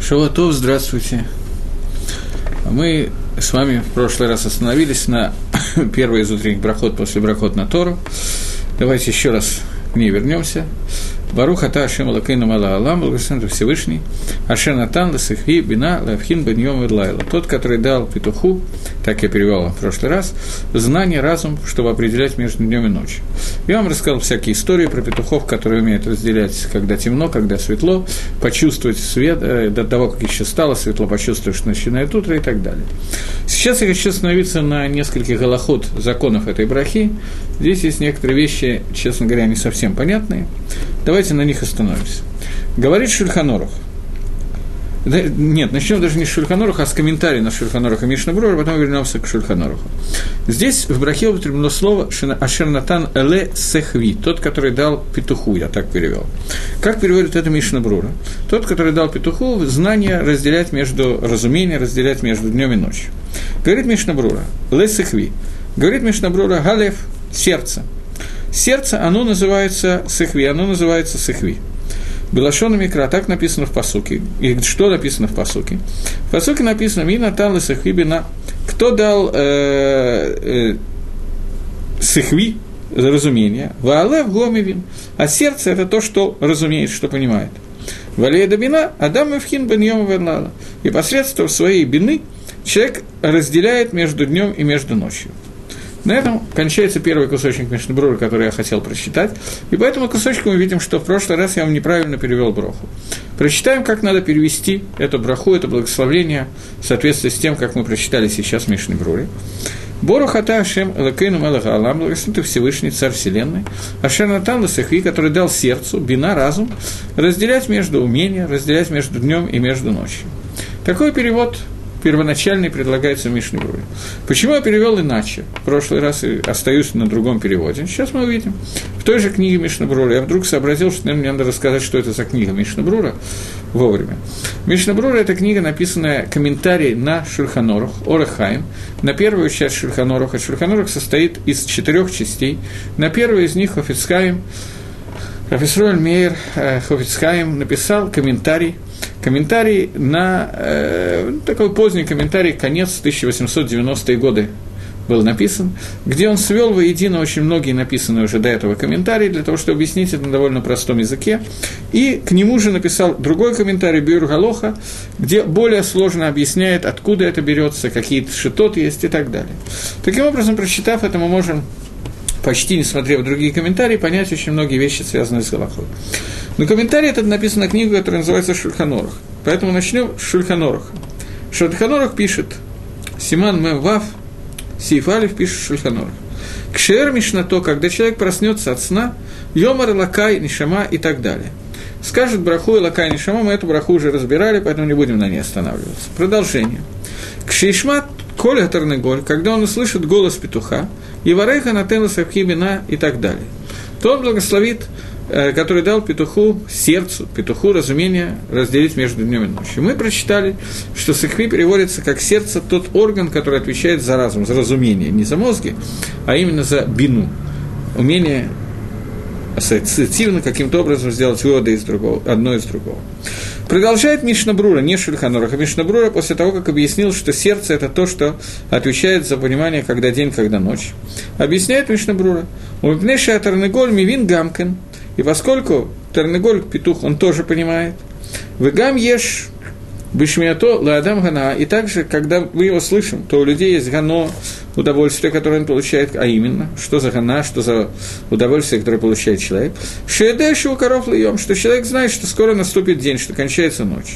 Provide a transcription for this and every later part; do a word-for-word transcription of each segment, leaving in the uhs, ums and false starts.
Шавуа Тов, здравствуйте. Мы с вами в прошлый раз остановились на первой из утренних брахот после брахот на Тору. Давайте еще раз к ней вернемся. Барух ата Ашем Элокейну мелech хаолам, благословен Всевышний, Ашер натан лесехви бина лавхин бен йом вэлайла. Тот, который дал петуху, так я перевел в прошлый раз, знание, разум, чтобы определять между днем и ночью. Я вам рассказал всякие истории про петухов, которые умеют разделять, когда темно, когда светло, почувствовать свет, э, до того, как еще стало светло, почувствовать, что начинает утро и так далее. Сейчас я хочу остановиться на нескольких галахот законов этой брахи. Здесь есть некоторые вещи, честно говоря, не совсем понятные. Давайте на них остановимся. Говорит Шульхан Орух. Да, нет, начнем даже не с Шульхан Оруха, а с комментарием на Шульхан Оруха и Мишна Брура, потом вернемся к Шульхан Оруху. Здесь в брахе употреблено слово «Ашер натан эле сехви», тот, который дал петуху, я так перевел. Как переводит это Мишна Брура? Тот, который дал петуху, знание разделять между, разумение разделять между днем и ночью. Говорит Мишна Брура, «Ле сехви». Говорит Мишна Брура, «Галев» – сердце. Сердце, оно называется сехви, оно называется сехви. Белашон микра, так написано в пасуке. И что написано в пасуке? В пасуке написано «Ми натан лесехви бина». Кто дал э, э, сехви, разумение? Ваалев гомивин. А сердце – это то, что разумеет, что понимает. Валееда бина, адам эвхин бен йом вэлайла. И посредством своей бины человек разделяет между днем и между ночью. На этом кончается первый кусочек Мишны Брура, который я хотел прочитать. И по этому кусочку мы видим, что в прошлый раз я вам неправильно перевел браху. Прочитаем, как надо перевести эту браху, это благословение в соответствии с тем, как мы прочитали сейчас в Мишне Бруре. Борух ата Ашем Элокейну мелech хаолам, благословен Ты Всевышний, Царь Вселенной, Ашер натан лесехви, который дал сердцу, бина, разум, разделять между умением, разделять между днем и между ночью. Такой перевод первоначальный предлагается в Мишне Бруре. Почему я перевел иначе? В прошлый раз и остаюсь на другом переводе. Сейчас мы увидим. В той же книге Мишна Брура я вдруг сообразил, что, наверное, мне надо рассказать, что это за книга Мишна Брура вовремя. Мишна Брура – это книга, написанная комментарий на Шульхан Орух, Орах Хаим, на первую часть Шульхан Оруха. Шульхан Орух состоит из четырех частей. На первую из них Хафец Хаим, Хафец Мейер Хафец Хаим написал комментарий, Комментарий на э, такой поздний комментарий, конец тысяча восемьсот девяностые годы был написан, где он свел воедино очень многие написанные уже до этого комментарии, для того, чтобы объяснить это на довольно простом языке. И к нему же написал другой комментарий Биур Галоха, где более сложно объясняет, откуда это берется, какие шитот есть и так далее. Таким образом, прочитав это, мы можем, почти не смотря в другие комментарии, понять очень многие вещи, связанные с Галахой. Но комментарий этот написан на книгу, которая называется Шульхан Орух. Поэтому начнем с Шульхан Оруха. Шульхан Орух пишет, Симан Мем Вав, Сиф Алиф пишет Шульхан Орух. Кшер Мишнато, когда человек проснется от сна, Йомар Лакай, Нишама и так далее. Скажет браху и Лакай, Нишама, мы эту браху уже разбирали, поэтому не будем на ней останавливаться. Продолжение. Кшишмат Коля Тарнеголь, когда он услышит голос петуха, и Варейха Натен Лесехви бина и так далее, то он благословит, который дал петуху, сердцу, петуху разумение разделить между днем и ночью. Мы прочитали, что сехви переводится как сердце, тот орган, который отвечает за разум, за разумение, не за мозги, а именно за бину, умение ассоциативно каким-то образом сделать выводы из другого, одно из другого. Продолжает Мишна Брура, не Шульхан Орух, а Мишна Брура после того, как объяснил, что сердце – это то, что отвечает за понимание, когда день, когда ночь. Объясняет Мишна Брура, «Умипнеша Тарнеголь мивин гамкен». И поскольку Тарнеголь, петух, он тоже понимает, «Вегам еш бишмиато ладам гана». И также, когда мы его слышим, то у людей есть гано, удовольствие, которое он получает, а именно, что за гана, что за удовольствие, которое получает человек. «Шеэдэшу коров льем», что человек знает, что скоро наступит день, что кончается ночь.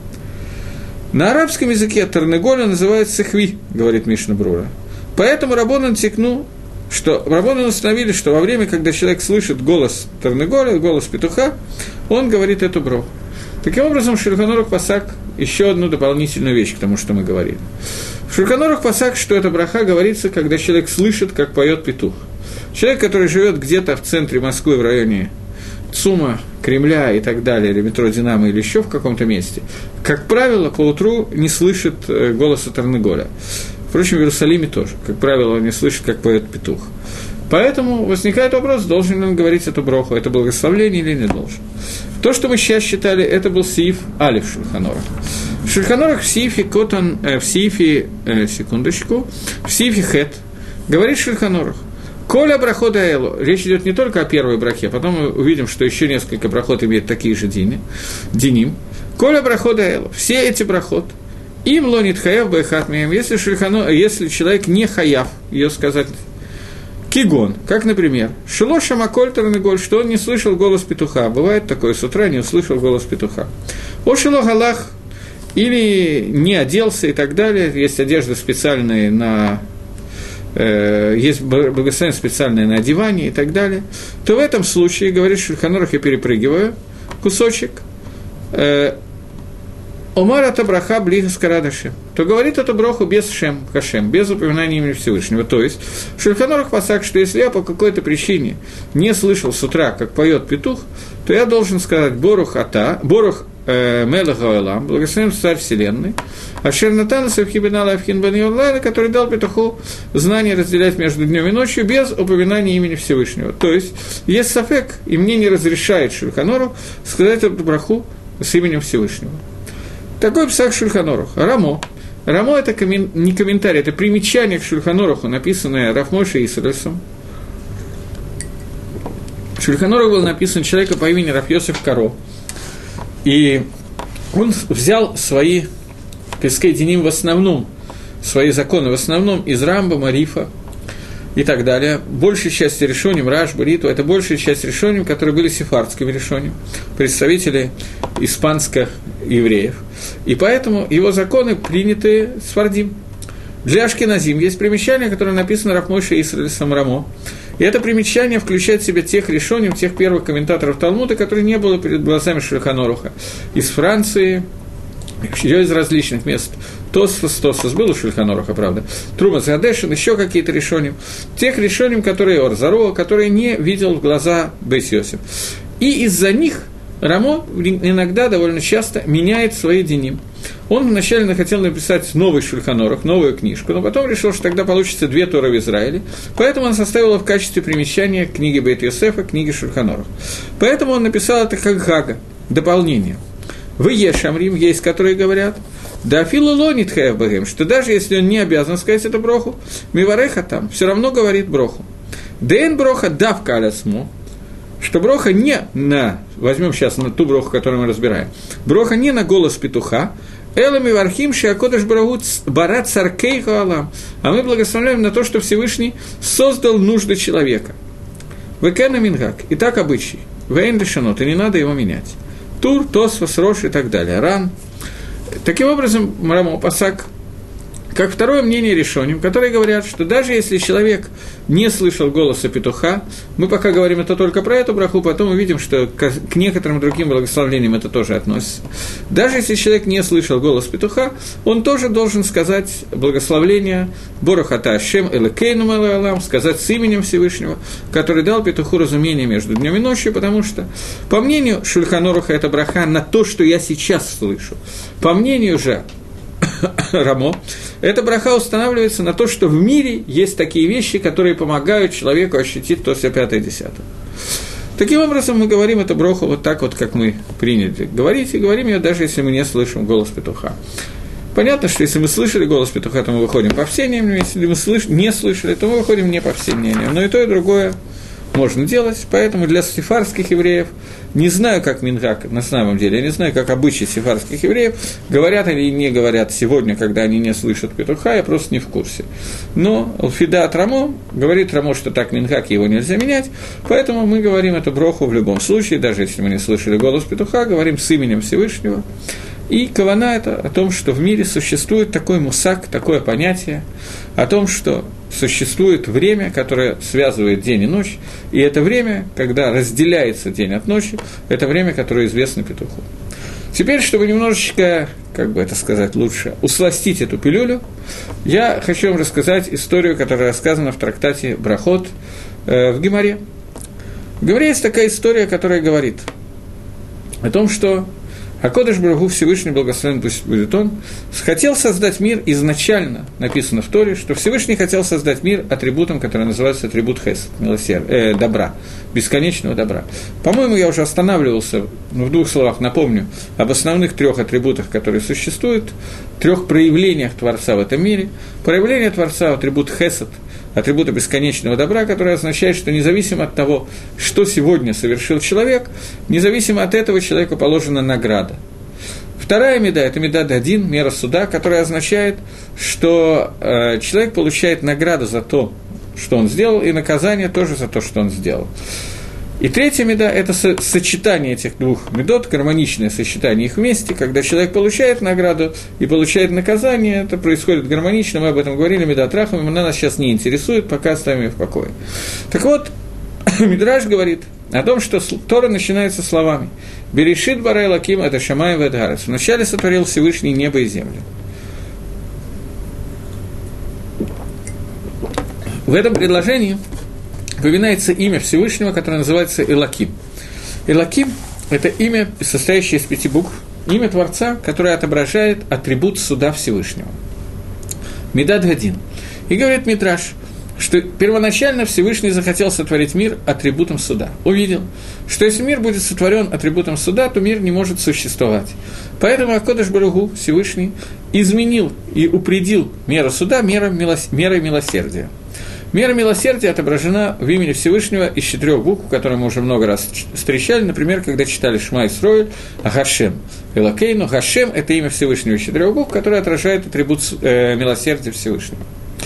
На арабском языке Тарнеголя называется сехви, говорит Мишна Брура. Поэтому Рабонан тикну, что Рабонан установили, что во время, когда человек слышит голос Тарнеголя, голос петуха, он говорит эту броху. Таким образом, в Шульхан Орух пасак еще одну дополнительную вещь к тому, что мы говорили. В Шульхан Орух пасак, что эта браха говорится, когда человек слышит, как поет петух. Человек, который живет где-то в центре Москвы, в районе ЦУМа, Кремля и так далее, или метро Динамо, или еще в каком-то месте, как правило, поутру не слышит голоса Тарнеголя. Впрочем, в Иерусалиме тоже, как правило, он не слышит, как поет петух. Поэтому возникает вопрос, должен ли он говорить эту броху, это благословление или не должен. В То, что мы сейчас читали, это был сииф алиф Шульхан Арух. В Шульхан Арух в сиифе Котан, э, в сиифе, э, секундочку, в сиифе Хет говорит Шульхан Арух: Коля брахода элу. Речь идет не только о первой брахе, потом мы увидим, что еще несколько брахот имеют такие же дини, диним. Коля брахода элу. Все эти брахот. Им лонит хаяв байхат мием. Если, если человек не хаяв, ее сказать, кигон, как, например, шелоша макольтер неголь, что он не слышал голос петуха. Бывает такое, с утра не услышал голос петуха. О шело галах, или не оделся и так далее. Есть одежда специальная на... есть благословение специальное на одевание и так далее, то в этом случае, говорит Шульхан Арух, я перепрыгиваю кусочек, Омар ата браха блиха скарадашем, то говорит эту браху без шем, хашем, без упоминания имени Всевышнего. То есть Шульхан Арух пасак, что если я по какой-то причине не слышал с утра, как поет петух, то я должен сказать борух ата, борух Мелех Гаэлам, благословен Царь Вселенной, Ашер Натан Савхибинала Авхин Бен Йорлайна, который дал петуху знание разделять между днем и ночью без упоминания имени Всевышнего. То есть, есть сафек, и мне не разрешает Шульхан Арух сказать эту браху с именем Всевышнего. Такой псак Шульхан Арух. Рамо. Рамо – это коммен... не комментарий, это примечание к Шульхан Аруху, написанное Рав Моше Исрельсом. Шульхан Арух был написан человека по имени Рав Йосеф Каро. И он взял свои Пескей Диним в основном, свои законы в основном из Рамбама, Рифа и так далее. Большая часть решоним, Рашба, Риту, это большая часть решоним, которые были сефардскими решоним, представители испанских евреев. И поэтому его законы приняты сфардим. Для Ашкеназим есть примечание, которое написано Рав Моше Исрельсом Рамо. И это примечание включает в себя тех решоним, тех первых комментаторов Талмуда, которые не было перед глазами Шульхан Аруха. Из Франции, еще из различных мест. Тосфос, Тосфос был у Шульхан Аруха, правда. Трумас Гадешин, еще какие-то решоним. Тех решоним, которые Орзаро, которые не видел в глаза Бейс Йосеф. И из-за них Рамо иногда, довольно часто, меняет свои диним. Он вначале хотел написать новый Шульхан Арух, новую книжку, но потом решил, что тогда получится две Торы в Израиле, поэтому он составил его в качестве примечания книги Бейт Йосефа, книги Шульхан Арух. Поэтому он написал это как гага, дополнение. В Ешамрим есть, которые говорят, да филу лонит хэв бэгем, что даже если он не обязан сказать эту броху, мивареха там, все равно говорит броху. Дэн броха давка алясму, что броха не на, возьмем сейчас на ту броху, которую мы разбираем, броха не на голос петуха, элами вархим шиакодыш барагут барат саркей хаалам, а мы благословляем на то, что Всевышний создал нужды человека. Векена мингак, и так обычай, вейн решенот, и не надо его менять. Тур, Тосфос, Рош и так далее, Ран. Таким образом, Рамо пасак, как второе мнение решоним, которые говорят, что даже если человек не слышал голоса петуха, мы пока говорим это только про эту браху, потом увидим, что к некоторым другим благословлениям это тоже относится. Даже если человек не слышал голос петуха, он тоже должен сказать благословление Борохата Ашем Элекейну Малалам, сказать с именем Всевышнего, который дал петуху разумение между днем и ночью, потому что, по мнению Шульхан Аруха, это браха на то, что я сейчас слышу. По мнению же Рамо, эта браха устанавливается на то, что в мире есть такие вещи, которые помогают человеку ощутить то все пятое, десятое. Таким образом, мы говорим эту браху вот так вот, как мы приняли говорить, и говорим ее даже если мы не слышим голос петуха. Понятно, что если мы слышали голос петуха, то мы выходим по всем мнениям, если мы слыш... не слышали, то мы выходим не по всем мнениям. Но и то, и другое можно делать, поэтому для сефардских евреев, не знаю, как мингак, на самом деле, я не знаю, как обычаи сефардских евреев, говорят или не говорят сегодня, когда они не слышат петуха, я просто не в курсе. Но Алфидат Рамо говорит Рамо, что так мингак, его нельзя менять, поэтому мы говорим эту броху в любом случае, даже если мы не слышали голос петуха, говорим с именем Всевышнего. И кавана – это о том, что в мире существует такой мусак, такое понятие, о том, что существует время, которое связывает день и ночь, и это время, когда разделяется день от ночи, это время, которое известно петуху. Теперь, чтобы немножечко, как бы это сказать лучше, усластить эту пилюлю, я хочу вам рассказать историю, которая рассказана в трактате Брахот э, в Гемаре. В Гемаре есть такая история, которая говорит о том, что А Кодеш Барух Ху, Всевышний, благословен пусть будет он, хотел создать мир изначально, написано в Торе, что Всевышний хотел создать мир атрибутом, который называется атрибут хесед, милосердия, э, добра, бесконечного добра. По-моему, я уже останавливался, ну, в двух словах напомню, об основных трех атрибутах, которые существуют, трех проявлениях Творца в этом мире. Проявление Творца – атрибут хесед, атрибута бесконечного добра, который означает, что независимо от того, что сегодня совершил человек, независимо от этого человеку положена награда. Вторая меда – это меда один, мера суда, которая означает, что э, человек получает награду за то, что он сделал, и наказание тоже за то, что он сделал. И третья меда – это со- сочетание этих двух медот, гармоничное сочетание их вместе, когда человек получает награду и получает наказание, это происходит гармонично, мы об этом говорили, медат рахамим, она нас сейчас не интересует, пока оставим ее в покое. Так вот, Мидраш говорит о том, что Тора начинается словами «Берешит бара элоким это шамай вэт гарец». Вначале сотворил Всевышний небо и землю. В этом предложении упоминается имя Всевышнего, которое называется Элоким. Элоким – это имя, состоящее из пяти букв, имя Творца, которое отображает атрибут суда Всевышнего. Медад Гадин. И говорит Мидраш, что первоначально Всевышний захотел сотворить мир атрибутом суда. Увидел, что если мир будет сотворен атрибутом суда, то мир не может существовать. Поэтому Акодеш Барух Ху, Всевышний, изменил и упредил меру суда мерой милосердия. Мера милосердия отображена в имени Всевышнего из четырех букв, которые мы уже много раз встречали, например, когда читали Шма Исроэль, Гашем, Элокейну. Гашем – это имя Всевышнего из четырех букв, которое отражает атрибут э, милосердия Всевышнего.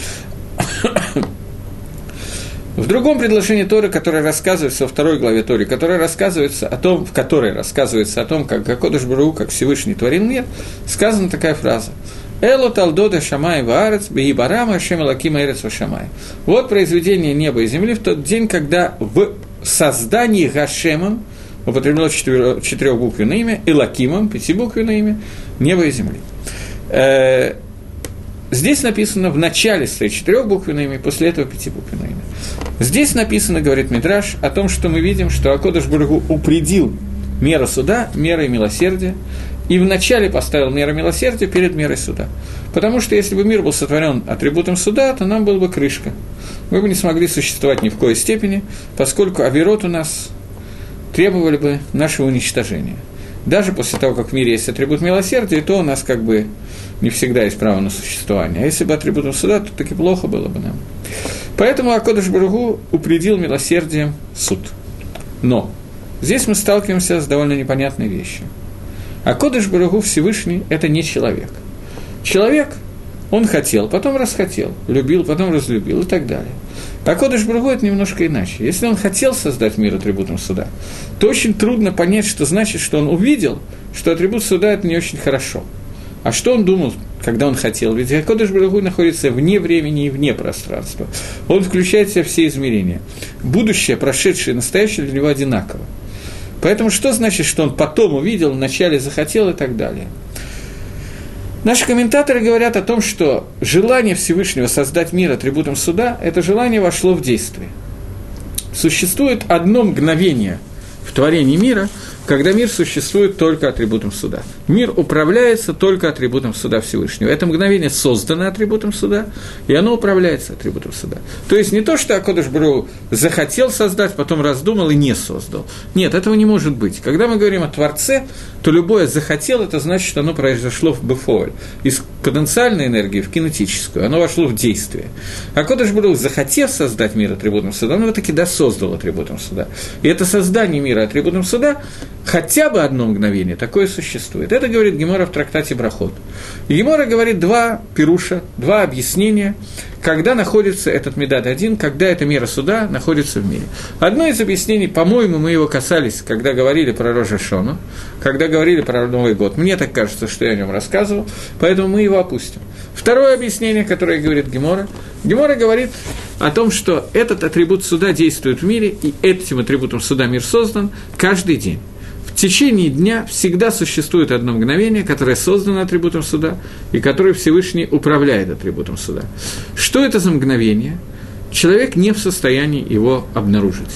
В другом предложении Торы, которое рассказывается во второй главе Торы, которое рассказывается о том, в которой рассказывается о том, как Акодеш Барух Ху, как Всевышний творил мир, сказана такая фраза: «Эло талдода шамай ваарец, беибарама ашем элоким эрец вашамай». Вот произведение неба и земли в тот день, когда в создании Гашемом употреблено четырехбуквенное имя, Элокимом, пятибуквенное имя, неба и земли. Э, здесь написано в начале стоит четырехбуквенное имя, после этого пятибуквенное имя. Здесь написано, говорит Мидраш, о том, что мы видим, что Акодеш Барух Ху упредил меру суда, мерой милосердия, и вначале поставил меру милосердия перед мерой суда. Потому что если бы мир был сотворен атрибутом суда, то нам была бы крышка. Мы бы не смогли существовать ни в коей степени, поскольку авирот у нас требовали бы нашего уничтожения. Даже после того, как в мире есть атрибут милосердия, то у нас как бы не всегда есть право на существование. А если бы атрибутом суда, то таки плохо было бы нам. Поэтому Акодеш Барух Ху упредил милосердием суд. Но здесь мы сталкиваемся с довольно непонятной вещью. Акодеш Барух Ху Всевышний – это не человек. Человек, он хотел, потом расхотел, любил, потом разлюбил и так далее. Акодеш Барух Ху – это немножко иначе. Если он хотел создать мир атрибутом суда, то очень трудно понять, что значит, что он увидел, что атрибут суда – это не очень хорошо. А что он думал, когда он хотел? Ведь Акодеш Барух Ху находится вне времени и вне пространства. Он включает в себя все измерения. Будущее, прошедшее и настоящее для него одинаково. Поэтому что значит, что он потом увидел, вначале захотел и так далее? Наши комментаторы говорят о том, что желание Всевышнего создать мир атрибутом суда, это желание вошло в действие. Существует одно мгновение в творении мира, когда мир существует только атрибутом суда. Мир управляется только атрибутом суда Всевышнего. Это мгновение создано атрибутом суда, и оно управляется атрибутом суда. То есть не то, что Акодеш Барух Ху захотел создать, потом раздумал и не создал. Нет, этого не может быть. Когда мы говорим о Творце, то любое «захотел» – это значит, что оно произошло в бефоэль, из потенциальной энергии в кинетическую, оно вошло в действие. Акодеш Барух Ху, захотев создать мир атрибутом суда, он его таки досоздал атрибутом суда. И это создание мира атрибутом суда хотя бы одно мгновение такое существует. Это говорит Гемара в трактате Брахот. И Гемара говорит два пируша, два объяснения, когда находится этот медад один, когда эта мера суда находится в мире. Одно из объяснений, по-моему, мы его касались, когда говорили про Рош ха-Шана, когда говорили про Новый год. Мне так кажется, что я о нем рассказывал, поэтому мы его опустим. Второе объяснение, которое говорит Гемара, Гемара говорит о том, что этот атрибут суда действует в мире, и этим атрибутом суда мир создан каждый день. В течение дня всегда существует одно мгновение, которое создано атрибутом суда, и которое Всевышний управляет атрибутом суда. Что это за мгновение? Человек не в состоянии его обнаружить.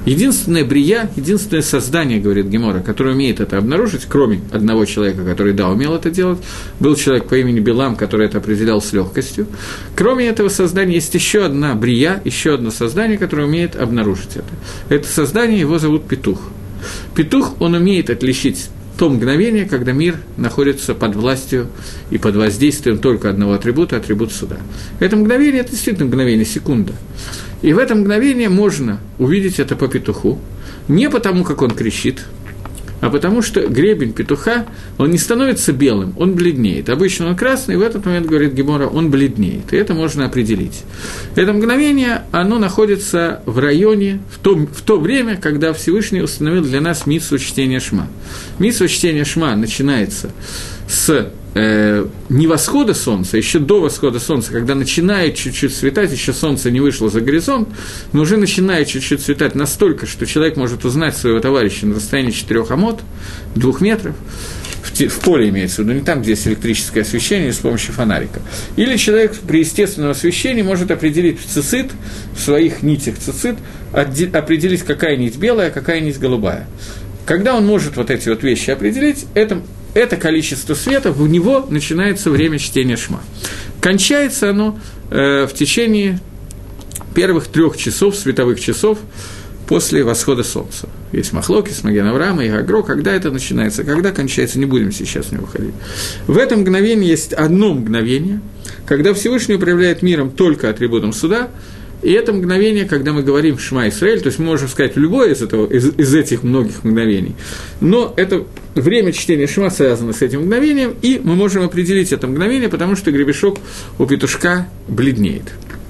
Единственное брия, единственное создание, говорит Гемора, которое умеет это обнаружить, кроме одного человека, который, да, умел это делать, был человек по имени Билам, который это определял с легкостью. Кроме этого создания есть еще одна брия, еще одно создание, которое умеет обнаружить это. Это создание, его зовут Петух. Петух, он умеет отличить то мгновение, когда мир находится под властью и под воздействием только одного атрибута, атрибута суда. Это мгновение, это действительно мгновение, секунда. И в это мгновение можно увидеть это по петуху, не потому, как он кричит, а потому что гребень петуха, он не становится белым, он бледнеет. Обычно он красный, и в этот момент, говорит Гемора, он бледнеет, и это можно определить. Это мгновение, оно находится в районе, в то, в то время, когда Всевышний установил для нас мицву чтения Шма. Мицва чтения Шма начинается с э, не восхода солнца, еще до восхода солнца, когда начинает чуть-чуть светать, еще солнце не вышло за горизонт, но уже начинает чуть-чуть светать настолько, что человек может узнать своего товарища на расстоянии четырех амот, двух метров, в, те, в поле имеется в виду, не там, где есть электрическое освещение с помощью фонарика. Или человек при естественном освещении может определить в цицит, в своих нитях цицит, определить, какая нить белая, какая нить голубая. Когда он может вот эти вот вещи определить, это, это количество света, в него начинается время чтения Шма. Кончается оно э, в течение первых трех часов, световых часов, после восхода солнца. Есть Махлокис, Маген Авраама и Агро. Когда это начинается, когда кончается, не будем сейчас в него ходить. В этом мгновении есть одно мгновение, когда Всевышний управляет миром только атрибутом суда. И это мгновение, когда мы говорим «Шма Исраэль», то есть мы можем сказать любое из, этого, из, из этих многих мгновений, но это время чтения Шма связано с этим мгновением, и мы можем определить это мгновение, потому что гребешок у петушка бледнеет.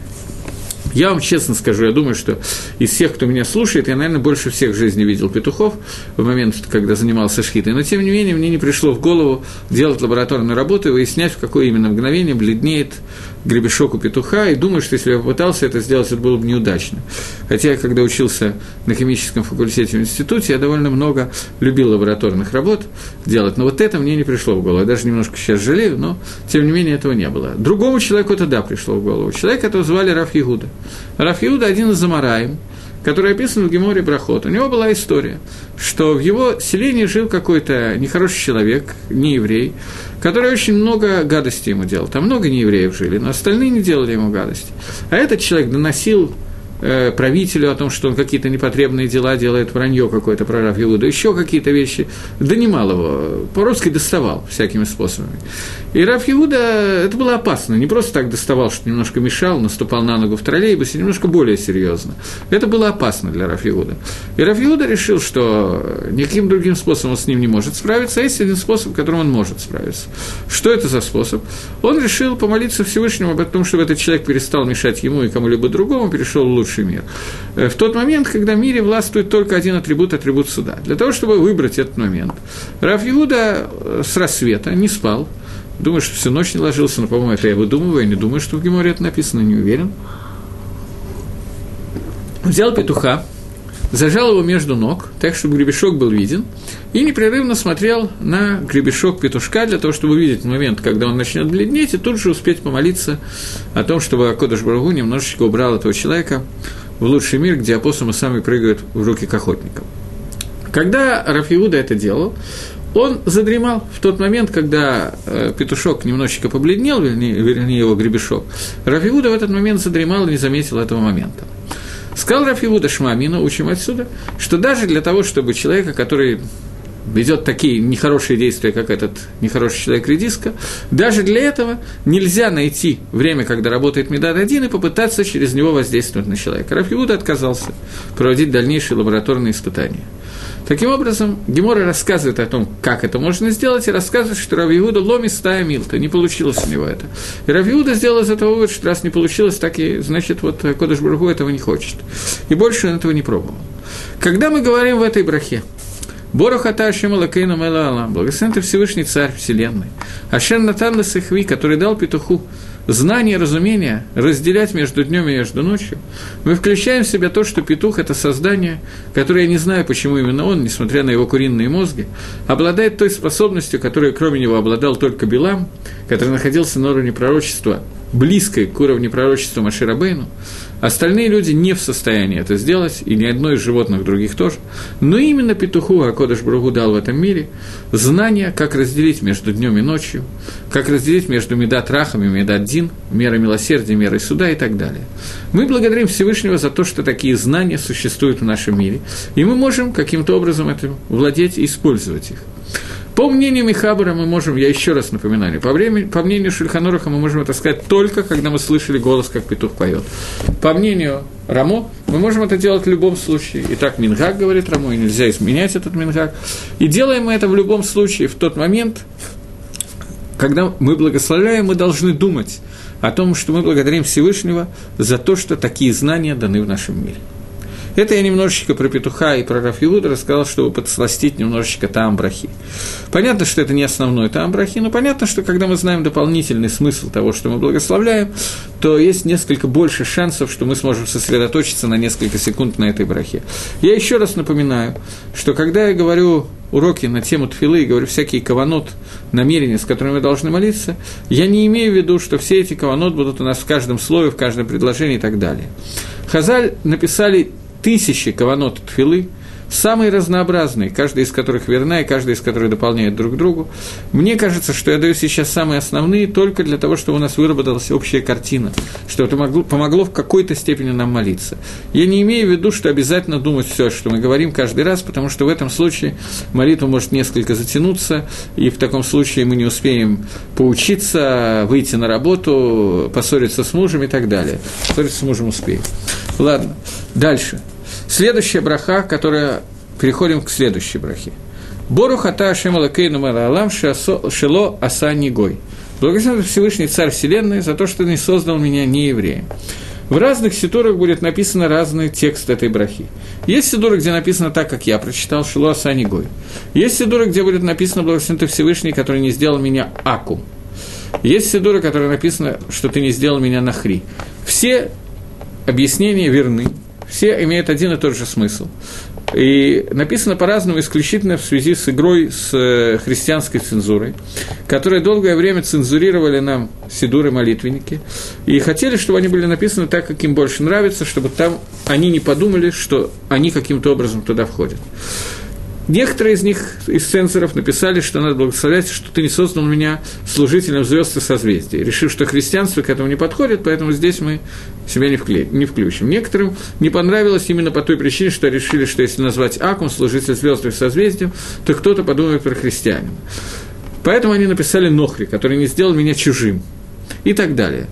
Я вам честно скажу, я думаю, что из всех, кто меня слушает, я, наверное, больше всех в жизни видел петухов в момент, когда занимался шхитой, но, тем не менее, мне не пришло в голову делать лабораторную работу и выяснять, в какое именно мгновение бледнеет гребешок у петуха, и думаю, что если я попытался это сделать, это было бы неудачно. Хотя, когда учился на химическом факультете в институте, я довольно много любил лабораторных работ делать, но вот это мне не пришло в голову. Я даже немножко сейчас жалею, но, тем не менее, этого не было. Другому человеку это, да, пришло в голову. Человека этого звали Рав Иуда. Рав Иуда – один из Амараим, который описан в Геморе Брахот. У него была история, что в его селении жил какой-то нехороший человек, не еврей, который очень много гадостей ему делал. Там много неевреев жили, но остальные не делали ему гадости. А этот человек доносил э, правителю о том, что он какие-то непотребные дела делает, вранье какое-то про Рав Иуду, еще какие-то вещи, донимал его, по-русски доставал всякими способами. И Рав Иуда, это было опасно, не просто так доставал, что немножко мешал, наступал на ногу в троллейбусе, немножко более серьезно. Это было опасно для Рав Иуда. И Рав Иуда решил, что никаким другим способом он с ним не может справиться, а есть один способ, которым он может справиться. Что это за способ? Он решил помолиться Всевышнему о том, чтобы этот человек перестал мешать ему и кому-либо другому, перешел в лучший мир. В тот момент, когда в мире властвует только один атрибут, атрибут суда. Для того, чтобы выбрать этот момент, Рав Иуда с рассвета не спал. Думаю, что всю ночь не ложился, но, по-моему, это я выдумываю, я не думаю, что в Геморе это написано, не уверен. Взял петуха, зажал его между ног, так, чтобы гребешок был виден, и непрерывно смотрел на гребешок петушка для того, чтобы увидеть момент, когда он начнет бледнеть, и тут же успеть помолиться о том, чтобы Акодыш Барух Ху немножечко убрал этого человека в лучший мир, где опоссумы сами прыгают в руки к охотникам. Когда Рав Иуда это делал, он задремал в тот момент, когда э, петушок немножечко побледнел, вернее, вернее его гребешок. Рав Иуда в этот момент задремал и не заметил этого момента. Сказал Рав Иуда Шма Амину, учим отсюда, что даже для того, чтобы человека, который ведет такие нехорошие действия, как этот нехороший человек редиска, даже для этого нельзя найти время, когда работает Медад один, и попытаться через него воздействовать на человека. Рав Иуда отказался проводить дальнейшие лабораторные испытания. Таким образом, Гемора рассказывает о том, как это можно сделать, и рассказывает, что Рав Иуда ломи стая милта, не получилось у него это. И Рав Иуда сделал из этого вывод, что раз не получилось, так и, значит, вот Кодеш Барух Ху этого не хочет. И больше он этого не пробовал. Когда мы говорим в этой брахе, Борух ата Ашем Элокейну мелech хаолам, благословен ты Всевышний Царь Вселенной, Ашем натан лесехви, который дал петуху знание, разумение, разделять между днем и между ночью, мы включаем в себя то, что петух – это создание, которое, я не знаю, почему именно он, несмотря на его куриные мозги, обладает той способностью, которой кроме него обладал только Билам, который находился на уровне пророчества, близкой к уровню пророчества Моше Рабейну. Остальные люди не в состоянии это сделать, и ни одно из животных других тоже. Но именно петуху ха-Кодеш Барух Ху дал в этом мире знание, как разделить между днем и ночью, как разделить между медат рахами и медат дин, мерой милосердия, мерой суда и так далее. Мы благодарим Всевышнего за то, что такие знания существуют в нашем мире, и мы можем каким-то образом этим владеть и использовать их. По мнению Михабара мы можем, я еще раз напоминаю, по, времени, по мнению Шульхан Аруха мы можем это сказать только, когда мы слышали голос, как петух поет. По мнению Рамо мы можем это делать в любом случае. И так Мингаг говорит Рамо, и нельзя изменять этот Мингаг. И делаем мы это в любом случае в тот момент, когда мы благословляем, мы должны думать о том, что мы благодарим Всевышнего за то, что такие знания даны в нашем мире. Это я немножечко про петуха и про Рав Иуда рассказал, чтобы подсластить немножечко таам брахи. Понятно, что это не основной таам брахи, но понятно, что когда мы знаем дополнительный смысл того, что мы благословляем, то есть несколько больше шансов, что мы сможем сосредоточиться на несколько секунд на этой брахе. Я еще раз напоминаю, что когда я говорю уроки на тему тфилы и говорю всякие каванот, намерения, с которыми мы должны молиться, я не имею в виду, что все эти каванот будут у нас в каждом слове, в каждом предложении и так далее. Хазаль написали тысячи каванот тфилы, самые разнообразные, каждая из которых верна и каждая из которых дополняет друг другу. Мне кажется, что я даю сейчас самые основные только для того, чтобы у нас выработалась общая картина, что это могло, помогло в какой-то степени нам молиться. Я не имею в виду, что обязательно думать все, что мы говорим каждый раз, потому что в этом случае молитва может несколько затянуться, и в таком случае мы не успеем поучиться, выйти на работу, поссориться с мужем и так далее. Поссориться с мужем успеем. Ладно, дальше. Следующая браха, которая... Переходим к следующей брахе. «Борух ата Ашем Элокейну мелech хаолам шело аса нигой». Благословен Всевышний Царь Вселенной за то, что не создал меня неевреем. В разных сидурах будет написано разный текст этой брахи. Есть сидуры, где написано так, как я прочитал, шело аса нигой. Есть сидуры, где будет написано «Благословен ты Всевышний, который не сделал меня акум». Есть сидуры, которые написано, что ты не сделал меня нахри. Все объяснения верны. Все имеют один и тот же смысл. И написано по-разному исключительно в связи с игрой с христианской цензурой, которые долгое время цензурировали нам сидуры-молитвенники, и хотели, чтобы они были написаны так, как им больше нравится, чтобы там они не подумали, что они каким-то образом туда входят. Некоторые из них, из цензоров, написали, что надо благословлять, что ты не создал меня служителем звезд и созвездий, решив, что христианство к этому не подходит, поэтому здесь мы себя не, вкле... не включим. Некоторым не понравилось именно по той причине, что решили, что если назвать Акум, служитель звезд и созвездием, то кто-то подумает про христианина. Поэтому они написали Нохри, который не сделал меня чужим, и так далее.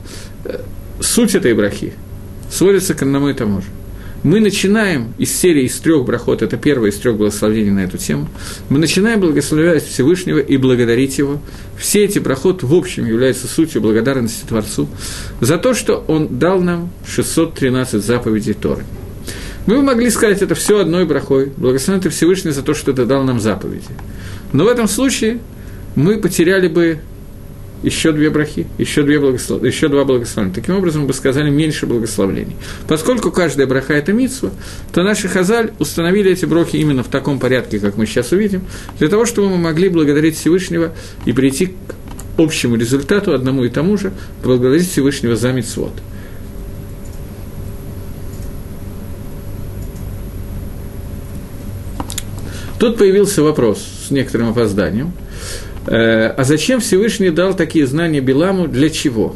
Суть этой брахи сводится к одному и тому же. Мы начинаем из серии из трех брахот, это первое из трех благословений на эту тему, мы начинаем благословлять Всевышнего и благодарить Его. Все эти брахот в общем являются сутью благодарности Творцу за то, что Он дал нам шестьсот тринадцать заповедей Торы. Мы бы могли сказать это все одной брахой, благословен ты Всевышний за то, что Ты дал нам заповеди. Но в этом случае мы потеряли бы еще две брахи, еще, две благослов... еще два благословения. Таким образом, мы бы сказали, меньше благословлений. Поскольку каждая браха – это мицва, то наши хазаль установили эти брахи именно в таком порядке, как мы сейчас увидим, для того, чтобы мы могли благодарить Всевышнего и прийти к общему результату, одному и тому же, благодарить Всевышнего за мицвот. Тут появился вопрос с некоторым опозданием. А зачем Всевышний дал такие знания Биламу, для чего?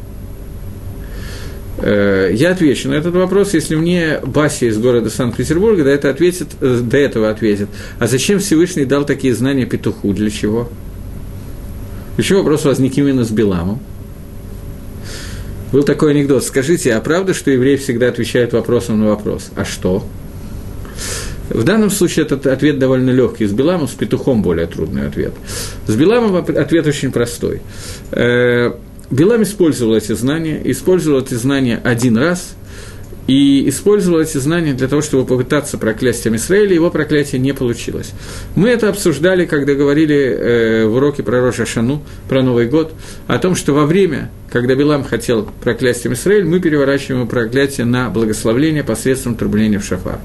Я отвечу на этот вопрос, если мне Бася из города Санкт-Петербурга до этого ответит, до этого ответит. А зачем Всевышний дал такие знания петуху, для чего? Почему вопрос возник именно с Биламом? Был такой анекдот. Скажите, а правда, что еврей всегда отвечает вопросом на вопрос? А что? В данном случае этот ответ довольно легкий. С Биламом, с петухом более трудный ответ. С Биламом ответ очень простой. Билам использовал эти знания, использовал эти знания один раз, и использовал эти знания для того, чтобы попытаться проклясть Ам-Исраэль, его проклятие не получилось. Мы это обсуждали, когда говорили э, в уроке про Рош ха-Шану, про Новый год, о том, что во время, когда Билам хотел проклясть Ам-Исраэль, мы переворачиваем его проклятие на благословление посредством трубления в шафар.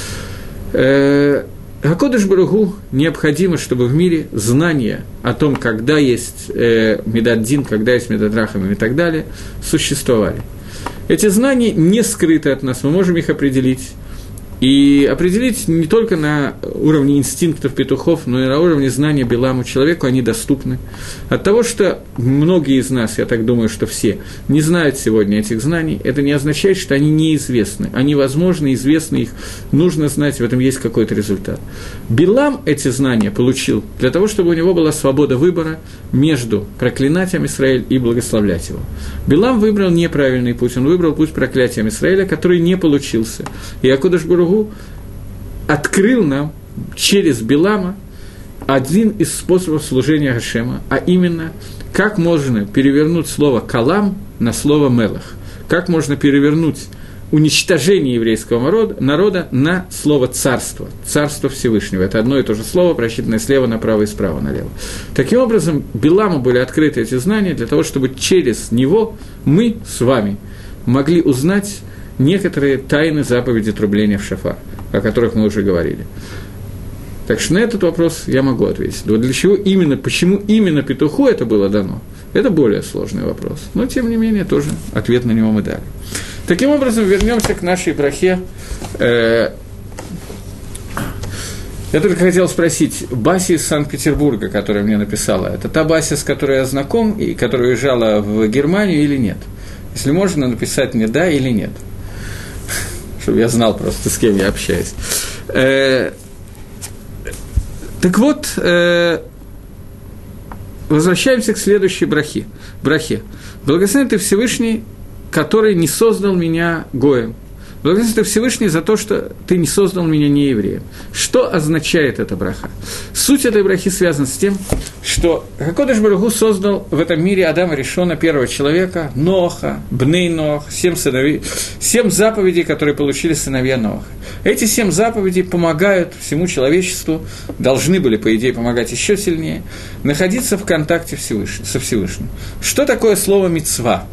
ха-Кодеш Барух Ху необходимо, чтобы в мире знания о том, когда есть э, медат дин, когда есть медат рахамим и так далее, существовали. Эти знания не скрыты от нас, мы можем их определить. И определить не только на уровне инстинктов петухов, но и на уровне знания Биламу человеку они доступны. От того, что многие из нас, я так думаю, что все, не знают сегодня этих знаний, это не означает, что они неизвестны. Они возможны, известны, их нужно знать, в этом есть какой-то результат. Билам эти знания получил для того, чтобы у него была свобода выбора между проклинать Ам-Исраэль и благословлять его. Билам выбрал неправильный путь, он выбрал путь проклятия Ам-Исраэля, который не получился. И Акодеш Барух Ху открыл нам через Билама один из способов служения Гашема, а именно, как можно перевернуть слово «калам» на слово «мелах», как можно перевернуть уничтожение еврейского народа, народа на слово «царство», «царство Всевышнего». Это одно и то же слово, просчитанное слева направо и справа налево. Таким образом, Биламу были открыты эти знания для того, чтобы через него мы с вами могли узнать некоторые тайны заповеди трубления в шафар, о которых мы уже говорили. Так что на этот вопрос я могу ответить. Вот для чего именно, почему именно петуху это было дано, это более сложный вопрос. Но, тем не менее, тоже ответ на него мы дали. Таким образом, вернемся к нашей брахе. Я только хотел спросить, Баси из Санкт-Петербурга, которая мне написала, это та Бася, с которой я знаком, и которая уезжала в Германию или нет? Если можно, написать мне «да» или «нет», чтобы я знал просто, с кем я общаюсь. Э, так вот, э, возвращаемся к следующей брахе. брахе. Благословен ты Всевышний, который не создал меня гоем. Благодарен ты Всевышний за то, что ты не создал меня неевреем. Что означает эта браха? Суть этой брахи связана с тем, что Акодеш Барух Ху создал в этом мире Адама Ришона, первого человека, Ноаха, Бней Ноах, семь, сыновей, семь заповедей, которые получили сыновья Ноаха. Эти семь заповедей помогают всему человечеству, должны были, по идее, помогать еще сильнее, находиться в контакте Всевышним, со Всевышним. Что такое слово «мицва»?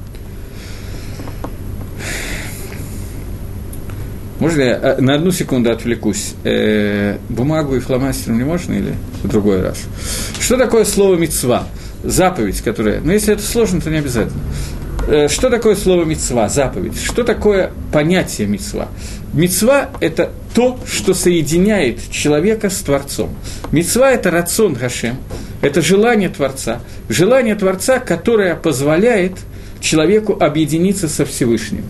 Можно я на одну секунду отвлекусь? Э, бумагу и фломастером не можно или в другой раз? Что такое слово «мицва»? Заповедь, которая... Ну, если это сложно, то не обязательно. Э, что такое слово «мицва»? Заповедь. Что такое понятие «мицва»? Мицва – это то, что соединяет человека с Творцом. Мицва – это рацион Гашем, это желание Творца. Желание Творца, которое позволяет человеку объединиться со Всевышним.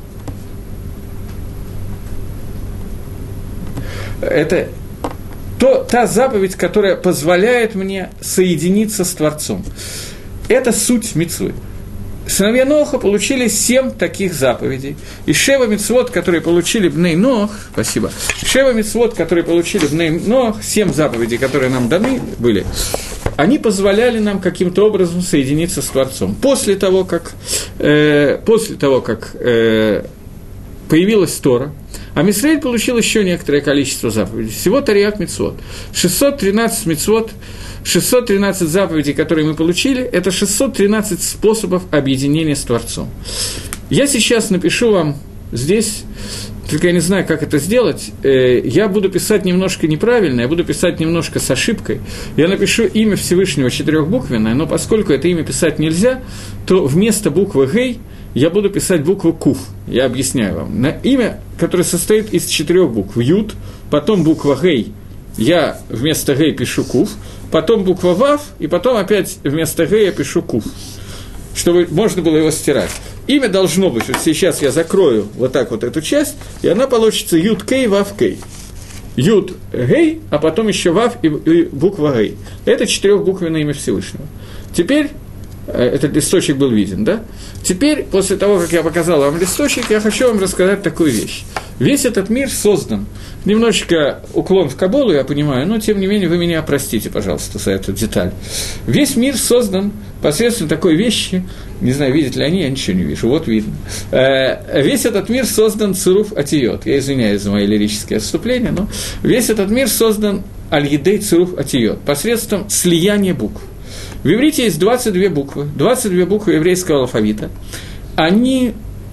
Это то, та заповедь, которая позволяет мне соединиться с Творцом. Это суть мицвы. Сыновья Ноаха получили семь таких заповедей. И шева мицвот, которые получили Бней Ноах, спасибо, шева мицвот, которые получили Бней Ноах, семь заповедей, которые нам даны были, они позволяли нам каким-то образом соединиться с Творцом. После того, как, э, после того, как э, появилась Тора, Ам-Исраэль получил еще некоторое количество заповедей. Всего Тарьят мицвот. шестьсот тринадцать мицвот, шестьсот тринадцать заповедей, которые мы получили, это шестьсот тринадцать способов объединения с Творцом. Я сейчас напишу вам здесь, только я не знаю, как это сделать, я буду писать немножко неправильно, я буду писать немножко с ошибкой. Я напишу имя Всевышнего четырехбуквенное, но поскольку это имя писать нельзя, то вместо буквы «гей» я буду писать букву «куф». Я объясняю вам. На имя, которое состоит из четырех букв. «Ют», потом буква «гей», я вместо «гей» пишу «куф», потом буква «вав», и потом опять вместо «гей» я пишу «куф», чтобы можно было его стирать. Имя должно быть, вот сейчас я закрою вот так вот эту часть, и она получится «ют-кей», «вав-кей». «Ют», «гей», а потом еще «вав» и, и буква «гей». Это четырехбуквенное имя Всевышнего. Теперь... Этот листочек был виден, да? Теперь, после того, как я показал вам листочек, я хочу вам рассказать такую вещь. Весь этот мир создан. Немножечко уклон в Каббалу, я понимаю, но, тем не менее, вы меня простите, пожалуйста, за эту деталь. Весь мир создан посредством такой вещи, не знаю, видят ли они, я ничего не вижу, вот видно. Весь этот мир создан цируф атиот. Я извиняюсь за мои лирические отступления, но весь этот мир создан аль-едей цируф атиот, посредством слияния букв. В иврите есть двадцать две буквы, двадцать две буквы еврейского алфавита. Они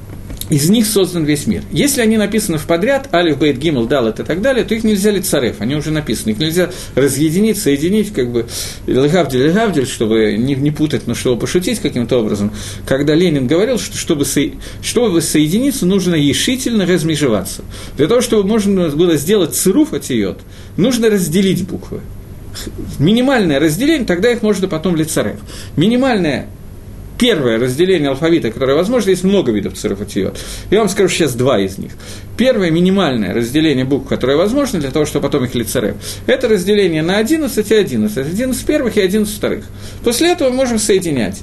из них создан весь мир. Если они написаны в подряд, алиф, бейт, гимл, далет и так далее, то их нельзя лицареф, они уже написаны. Их нельзя разъединить, соединить, как бы, легавдель, легавдель, чтобы не, не путать, но чтобы пошутить каким-то образом. Когда Ленин говорил, что чтобы, со, чтобы соединиться, нужно ешительно размежеваться. Для того, чтобы можно было сделать цируф атиот, нужно разделить буквы. Минимальное разделение, тогда их можно потом лицареф. Минимальное первое разделение алфавита, которое возможно, есть много видов цируф атиот. Я вам скажу сейчас два из них. Первое минимальное разделение букв, которое возможно для того, чтобы потом их лицареф, это разделение на одиннадцать и одиннадцать. одиннадцать первых и одиннадцать вторых. После этого мы можем соединять.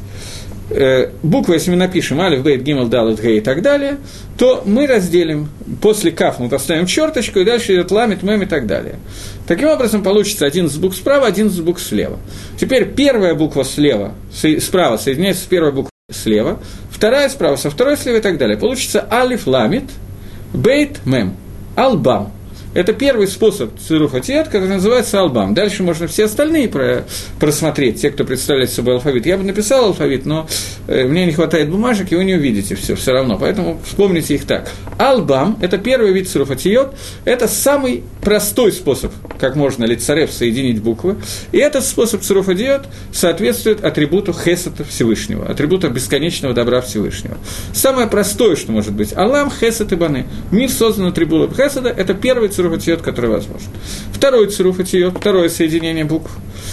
Буквы, если мы напишем алиф, бейт, гимл, далет, гей и так далее, то мы разделим, после каф мы поставим черточку, и дальше идет ламит, мем и так далее. Таким образом, получится одиннадцать букв справа, одиннадцать букв слева. Теперь первая буква слева, справа соединяется с первой буквой слева, вторая справа со второй слева и так далее. Получится алиф, ламит, бейт, мем, албам. Это первый способ цируф атиот, который называется албам. Дальше можно все остальные про, просмотреть, те, кто представляет собой алфавит. Я бы написал алфавит, но э, мне не хватает бумажек, и вы не увидите все, все равно. Поэтому вспомните их так. Албам – это первый вид цируф атиот, это самый простой способ, как можно лицареф соединить буквы. И этот способ цируф атиот соответствует атрибуту хесета Всевышнего, атрибуту бесконечного добра Всевышнего. Самое простое, что может быть – алам, хесет и баны. Мир создан атрибутом хеседа – это первый цируф атиот, который возможен. Второй цируф атиот, второе соединение букв.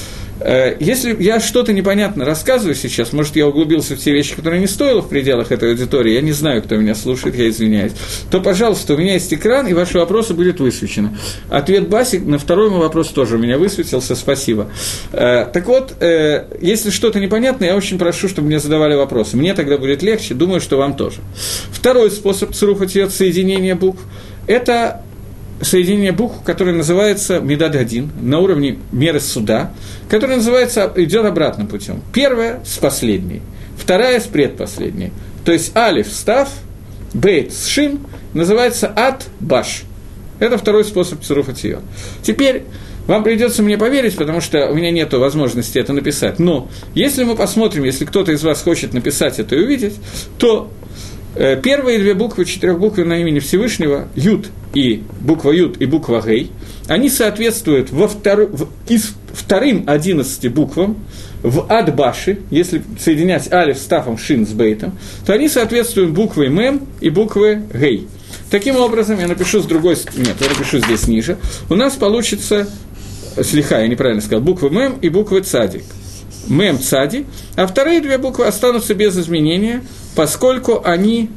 Если я что-то непонятно рассказываю сейчас, может, я углубился в те вещи, которые не стоило в пределах этой аудитории, я не знаю, кто меня слушает, я извиняюсь, то, пожалуйста, у меня есть экран, и ваши вопросы будут высвечены. Ответ Басик на второй мой вопрос тоже у меня высветился, спасибо. Так вот, если что-то непонятно, я очень прошу, чтобы мне задавали вопросы. Мне тогда будет легче, думаю, что вам тоже. Второй способ цируф атиот, соединения букв, это соединение букв, которое называется Медад один, на уровне меры суда, которое называется, идет обратным путем. Первая с последней, вторая с предпоследней. То есть алиф с тав, бейт с шин, называется ад баш. Это второй способ цируф атиот. Теперь вам придется мне поверить, потому что у меня нет возможности это написать. Но если мы посмотрим, если кто-то из вас хочет написать это и увидеть, то первые две буквы четырехбуквенного имени Всевышнего, Юд и буква Юд и буква Гей, они соответствуют во втор... в... из вторым одиннадцати буквам в Адбаши, если соединять алиф с тафом, шин с бейтом, то они соответствуют букве Мем и букве Гей. Таким образом, я напишу с другой стороны, нет, я напишу здесь ниже, у нас получится, слиха, я неправильно сказал, буквы Мем и буквы Цадик. Мем Цади, а вторые две буквы останутся без изменения, поскольку они,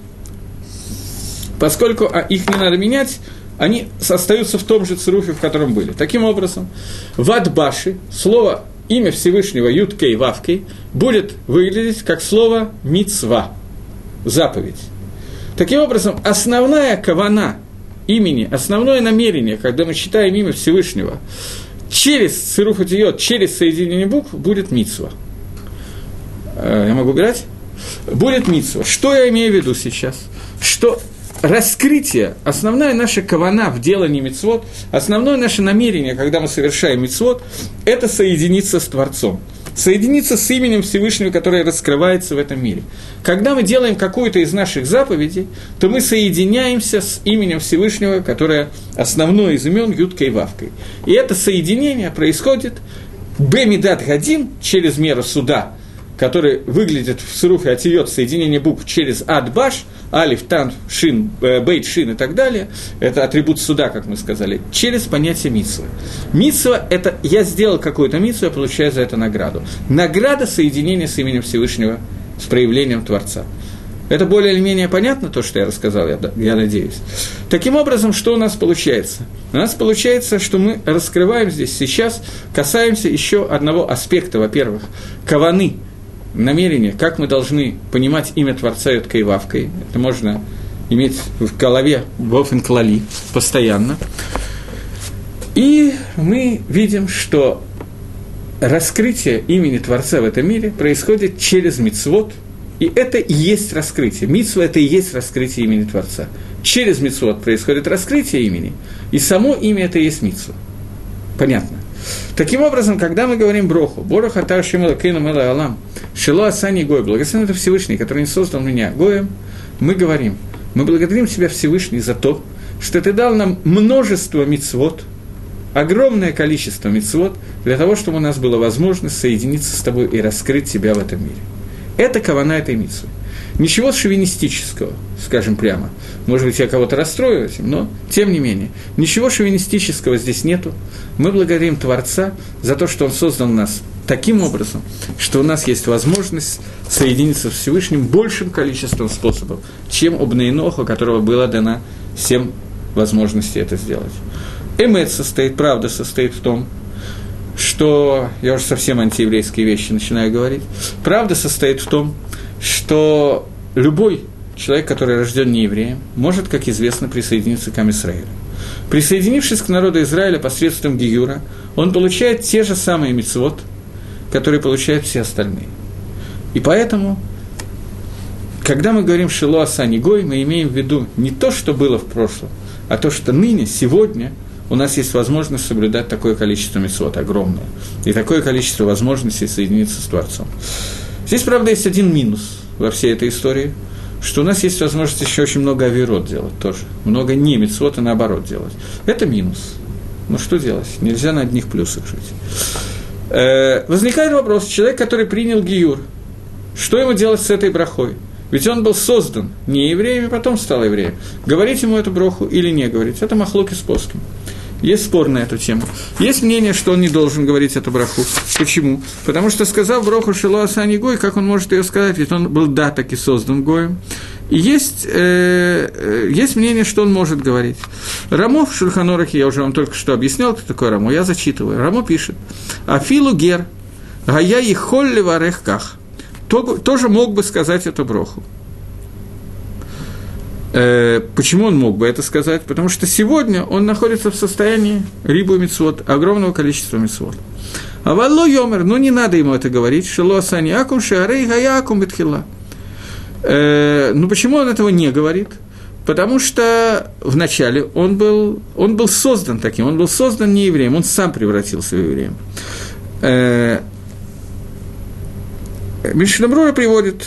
поскольку их не надо менять, они остаются в том же цируфе, в котором были. Таким образом, в Адбаши слово имя Всевышнего Юд-Кей, Вав-Кей будет выглядеть как слово мицва, заповедь. Таким образом, основная кавана имени, основное намерение, когда мы читаем имя Всевышнего, через цируф атиот, через соединение букв будет мицва. Я могу играть? Будет мицва. Что я имею в виду сейчас? Что раскрытие, основная наша кавана в делании мицвот, основное наше намерение, когда мы совершаем мицвот, это соединиться с Творцом. Соединиться с именем Всевышнего, которое раскрывается в этом мире. Когда мы делаем какую-то из наших заповедей, то мы соединяемся с именем Всевышнего, которое основное из имен Юдкой и Вавкой. И это соединение происходит бемидат гадин, через меру суда, который выглядит в цируфе атиот, соединение букв через адбаш, алиф, тан, шин, бейт, шин и так далее, это атрибут суда, как мы сказали, через понятие мицвы. Мицва – это я сделал какую-то мицву, я получаю за это награду. Награда соединения с именем Всевышнего, с проявлением Творца. Это более или менее понятно, то, что я рассказал, я, я надеюсь. Таким образом, что у нас получается? У нас получается, что мы раскрываем здесь сейчас, касаемся еще одного аспекта, во-первых, каваны, намерение, как мы должны понимать имя Творца Юдкой и Вавкой. Это можно иметь в голове бофен клали постоянно. И мы видим, что раскрытие имени Творца в этом мире происходит через мицвот, и это и есть раскрытие. Мицва – это и есть раскрытие имени Творца. Через мицвот происходит раскрытие имени, и само имя – это и есть мицва. Понятно? Таким образом, когда мы говорим броху, «Борох атар шемела кейну мела алам», «Шело асани гой», «Благословен это Всевышний, который не создал меня гоем», мы говорим Мы благодарим Тебя, Всевышний, за то, что Ты дал нам множество мицвот, огромное количество мицвот, для того, чтобы у нас была возможность соединиться с Тобой и раскрыть Тебя в этом мире. Это кавана этой мицвы. Ничего шовинистического, скажем прямо. Может быть, я кого-то расстрою этим, но, тем не менее, ничего шовинистического здесь нету. Мы благодарим Творца за то, что Он создал нас таким образом, что у нас есть возможность соединиться с Всевышним большим количеством способов, чем у Бней Ноха, у которого было дано всем возможности это сделать. Эмет состоит, правда состоит в том, что, я уже совсем антиеврейские вещи начинаю говорить, правда состоит в том, что любой человек, который рожден не евреем, может, как известно, присоединиться к Ам Исраэлю. Присоединившись к народу Израиля посредством гиюра, он получает те же самые мицвот, которые получают все остальные. И поэтому, когда мы говорим «Шило асани гой», мы имеем в виду не то, что было в прошлом, а то, что ныне, сегодня у нас есть возможность соблюдать такое количество мицвот, огромное, и такое количество возможностей соединиться с Творцом. Здесь, правда, есть один минус во всей этой истории, что у нас есть возможность еще очень много авирот делать тоже, много не мицвот, а наоборот делать. Это минус. Ну что делать? Нельзя на одних плюсах жить. Э, возникает вопрос, человек, который принял гиюр, что ему делать с этой брахой? Ведь он был создан не евреем, и потом стал евреем. Говорить ему эту браху или не говорить? Это махлоки с поским. Есть спор на эту тему. Есть мнение, что он не должен говорить эту браху. Почему? Потому что, сказав браху «Шило асани гой», как он может ее сказать? Ведь он был, да, таки создан гоем. И есть, э, есть мнение, что он может говорить. Рамо в Шульхан Орухе, я уже вам только что объяснял, кто такой Рамо, я зачитываю. Рамо пишет: «Афилу гер, гая и холли варех ках». Тоже мог бы сказать эту браху. Почему он мог бы это сказать? Потому что сегодня он находится в состоянии рибу мицвот, огромного количества мицвот. А валло йомер, ну не надо ему это говорить, шило асани акум шеарей гая акум бетхила. Ну почему он этого не говорит? Потому что вначале он был, он был создан таким, он был создан не евреем, он сам превратился в еврея. Мишна Брура приводит,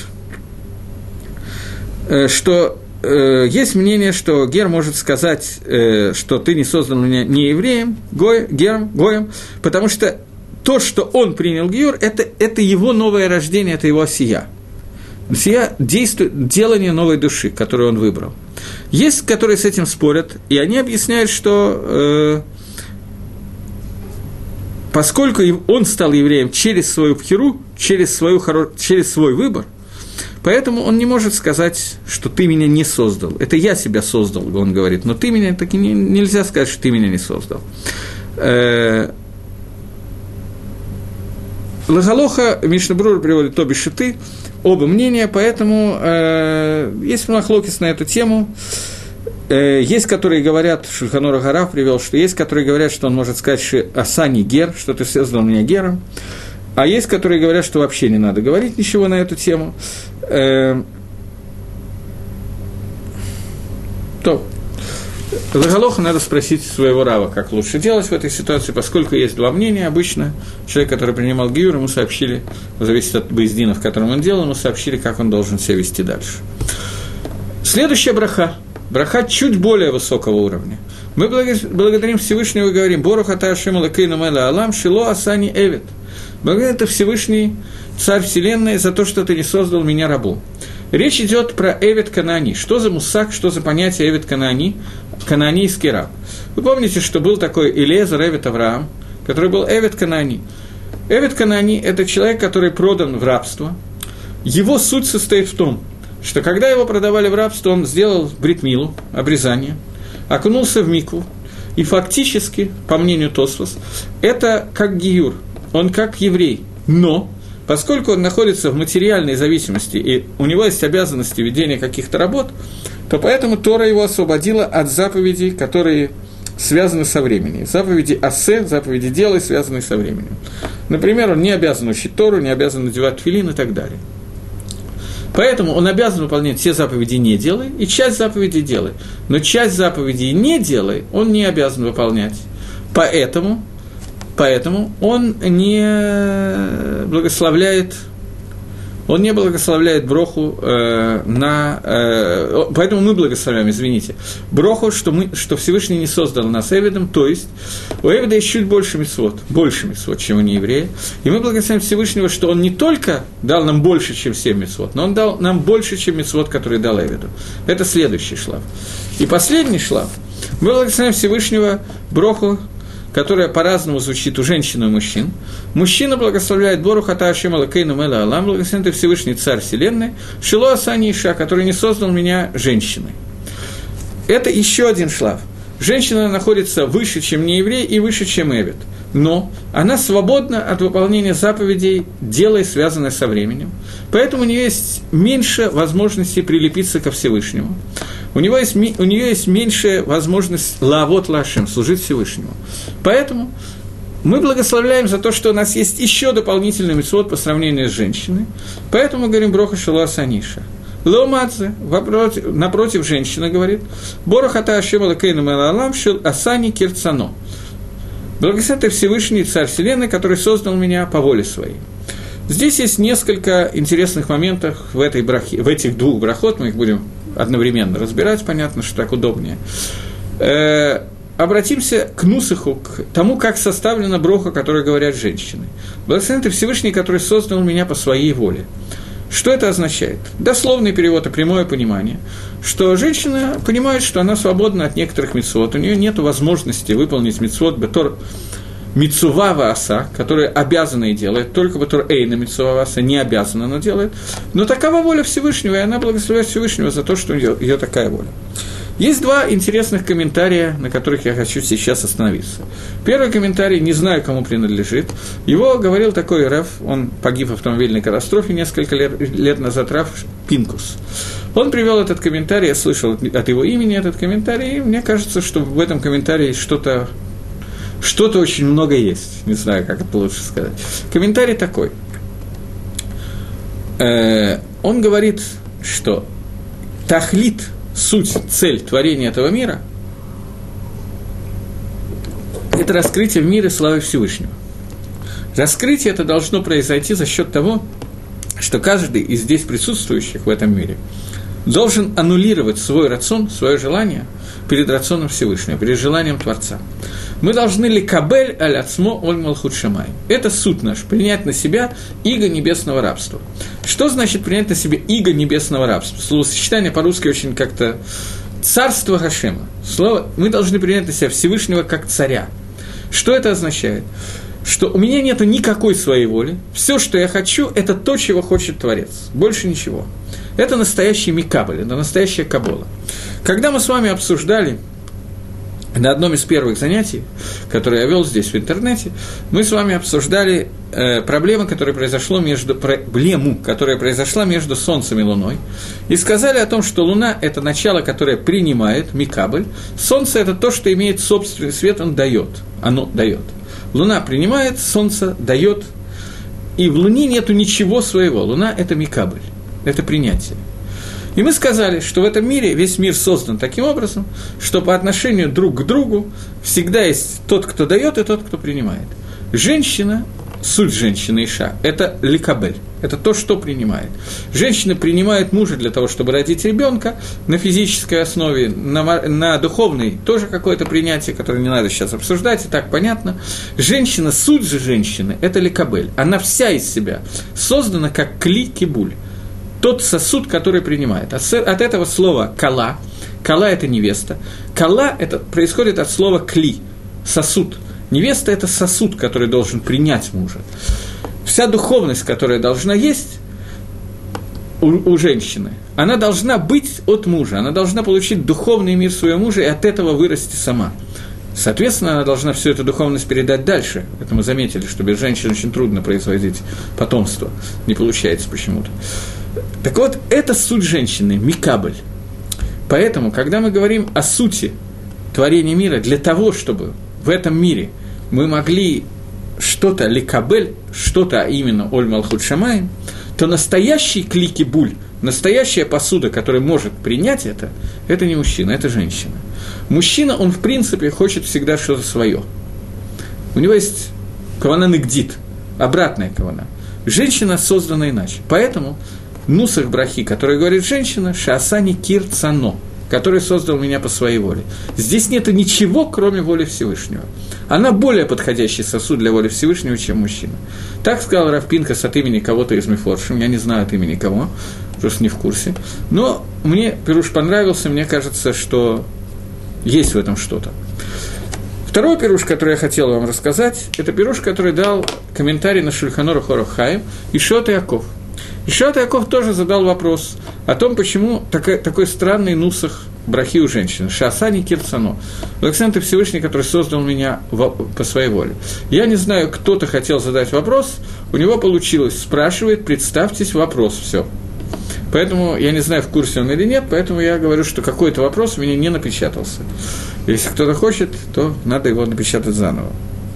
что есть мнение, что гер может сказать, что ты не создан меня не евреем, гой, гером, гоем, потому что то, что он принял гиюр, это, это его новое рождение, это его осия. Осия – действует, делание новой души, которую он выбрал. Есть, которые с этим спорят, и они объясняют, что э, поскольку он стал евреем через свою пхиру, через, свою, через свой выбор, поэтому он не может сказать, что ты меня не создал. Это я себя создал, он говорит, но ты меня, так и не, нельзя сказать, что ты меня не создал. Лагалоха Мишна Брура приводит обе шиты, оба мнения, поэтому э, есть махлокис на эту тему. Э, есть, которые говорят, Шульхан Арух Рав привел, что есть, которые говорят, что он может сказать, что асани гер, что ты создал меня гером. А есть, которые говорят, что вообще не надо говорить ничего на эту тему. Э, то, Лагалоха надо спросить своего рава, как лучше делать в этой ситуации, поскольку есть два мнения. Обычно человек, который принимал гиюр, ему сообщили, зависит от бейздина, в котором он делал, ему сообщили, как он должен себя вести дальше. Следующая браха. Браха чуть более высокого уровня. Мы благодарим Всевышнего и говорим: «Борух ата Ашем Элокейну мелech хаолам шело асани эвед». Благодарим это Всевышний, Царь Вселенной, за то, что ты не создал меня рабу. Речь идет про эвед Канаани. Что за мусак, что за понятие эвед Канаани, канаанийский раб? Вы помните, что был такой Элиэзер эвед Авраам, который был эвед Канаани. Эвед Канаани – это человек, который продан в рабство. Его суть состоит в том, что когда его продавали в рабство, он сделал брит-милу, обрезание, окунулся в микву, и фактически, по мнению Тосфос, это как гиюр, он как еврей, но поскольку он находится в материальной зависимости, и у него есть обязанности ведения каких-то работ, то поэтому Тора его освободила от заповедей, которые связаны со временем. Заповеди асе, заповеди делай, связанные со временем. Например, он не обязан учить Тору, не обязан надевать тфилин и так далее. Поэтому он обязан выполнять все заповеди «не делай» и часть заповедей «делай». Но часть заповедей «не делай» он не обязан выполнять. Поэтому, поэтому он не благословляет Он не благословляет броху э, на... Э, поэтому мы благословляем, извините, броху, что, мы, что Всевышний не создал нас эвидом, то есть у эвида есть чуть больше мицвот, больше мицвот, чем у нееврея. И мы благословляем Всевышнего, что он не только дал нам больше, чем семь мицвот, но он дал нам больше, чем мицвот, который дал эвиду. Это следующий шлав. И последний шлав. Мы благословляем Всевышнего броху, которая по-разному звучит у женщин и у мужчин. Мужчина благословляет Бору Ата Ашем Элокейну Мела Алам, благословен ты Всевышний Царь Вселенной, Шило Асани Иша, который не создал меня женщиной. Это еще один шлав. Женщина находится выше, чем нееврей, и выше, чем эвид. Но она свободна от выполнения заповедей, дела, связанных со временем. Поэтому у нее есть меньше возможностей прилепиться ко Всевышнему. У, него есть, у нее есть меньшая возможность лаавот лашем, служить Всевышнему. Поэтому мы благословляем за то, что у нас есть еще дополнительный мицвот по сравнению с женщиной. Поэтому мы говорим броха шелуа саниша. Леомадзе, напротив, женщина говорит, Борох ата Ашем Элокейну мелech хаолам шел асани кирцано. Благословен ты Всевышний Царь Вселенной, который создал меня по воле своей. Здесь есть несколько интересных моментов в, этой брахе, в этих двух брахот, мы их будем одновременно разбирать, понятно, что так удобнее. Э, обратимся к нусаху, к тому, как составлена броха, которую говорят женщины. Благословен ты Всевышний, который создал меня по своей воле. Что это означает? Дословный перевод и прямое понимание, что женщина понимает, что она свободна от некоторых мицвот, у нее нет возможности выполнить мицвот бетор мицува вааса, которые обязана и делает, только бетор эйна мицува вааса не обязана, но делает, но такова воля Всевышнего, и она благословляет Всевышнего за то, что у нее, ее такая воля. Есть два интересных комментария, на которых я хочу сейчас остановиться. Первый комментарий, не знаю, кому принадлежит. Его говорил такой Рав, он погиб в автомобильной катастрофе несколько лет, лет назад, Рав Пинкус. Он привел этот комментарий, я слышал от его имени этот комментарий, и мне кажется, что в этом комментарии что-то, что-то очень много есть. Не знаю, как это лучше сказать. Комментарий такой. Э, он говорит, что тахлит, суть, цель творения этого мира – это раскрытие в мире славы Всевышнего. Раскрытие это должно произойти за счет того, что каждый из здесь присутствующих в этом мире должен аннулировать свой рацион, свое желание перед рационом Всевышнего, перед желанием Творца. Мы должны ликабель аль ацмо оль малхут шамай. Это суд наш, принять на себя иго небесного рабства. Что значит принять на себя иго небесного рабства? Словосочетание по-русски очень как-то царство Хашема. Слово, мы должны принять на себя Всевышнего как царя. Что это означает? Что у меня нет никакой своей воли, все, что я хочу, это то, чего хочет Творец, больше ничего. Это настоящий микабль, это настоящая кабола. Когда мы с вами обсуждали на одном из первых занятий, которые я вел здесь в интернете, мы с вами обсуждали э, проблему, которая произошла между, проблему, которая произошла между Солнцем и Луной, и сказали о том, что Луна – это начало, которое принимает, микабль, Солнце – это то, что имеет собственный свет, он дает, оно дает. Луна принимает, Солнце дает, и в Луне нету ничего своего. Луна – это микабль, это принятие. И мы сказали, что в этом мире весь мир создан таким образом, что по отношению друг к другу всегда есть тот, кто дает, и тот, кто принимает. Женщина, суть женщины Иша – это ликабель, это то, что принимает. Женщина принимает мужа для того, чтобы родить ребенка на физической основе, на, на духовной тоже какое-то принятие, которое не надо сейчас обсуждать, и так понятно. Женщина, суть же женщины – это ликабель, она вся из себя создана как кли-кибуль. Тот сосуд, который принимает. От, от этого слова «кала», «кала» – это невеста, «кала» – это происходит от слова «кли», сосуд. Невеста – это сосуд, который должен принять мужа. Вся духовность, которая должна есть у, у женщины, она должна быть от мужа, она должна получить духовный мир своего мужа и от этого вырасти сама. Соответственно, она должна всю эту духовность передать дальше. Это мы заметили, что без женщин очень трудно производить потомство, не получается почему-то. Так вот, это суть женщины, микабль. Поэтому, когда мы говорим о сути творения мира, для того, чтобы в этом мире мы могли что-то ликабель, что-то именно оль малхут шамаим, то настоящий кликибуль, настоящая посуда, которая может принять это, это не мужчина, это женщина. Мужчина, он в принципе хочет всегда что-то свое. У него есть кавана нагдит, обратная кавана. Женщина создана иначе. Поэтому нусах брахи, который говорит женщина, шаасани кир цано, который создал меня по своей воле. Здесь нет ничего, кроме воли Всевышнего. Она более подходящий сосуд для воли Всевышнего, чем мужчина. Так сказал Рав Пинхас от имени кого-то из Мефоршим. Я не знаю от имени кого, просто не в курсе. Но мне пируш понравился, мне кажется, что есть в этом что-то. Второй пируш, который я хотел вам рассказать, это пируш, который дал комментарий на Шульхан Арух Орах Хаим Ишот Яаков. Ишот Яаков тоже задал вопрос о том, почему такой, такой странный нусах брахи у женщины. Шаасани кирцано. Благословен ты Всевышний, который создал меня по своей воле. Я не знаю, кто-то хотел задать вопрос, у него получилось. Спрашивает, представьтесь, вопрос, все. Поэтому я не знаю, в курсе он или нет, поэтому я говорю, что какой-то вопрос у меня не напечатался. Если кто-то хочет, то надо его напечатать заново.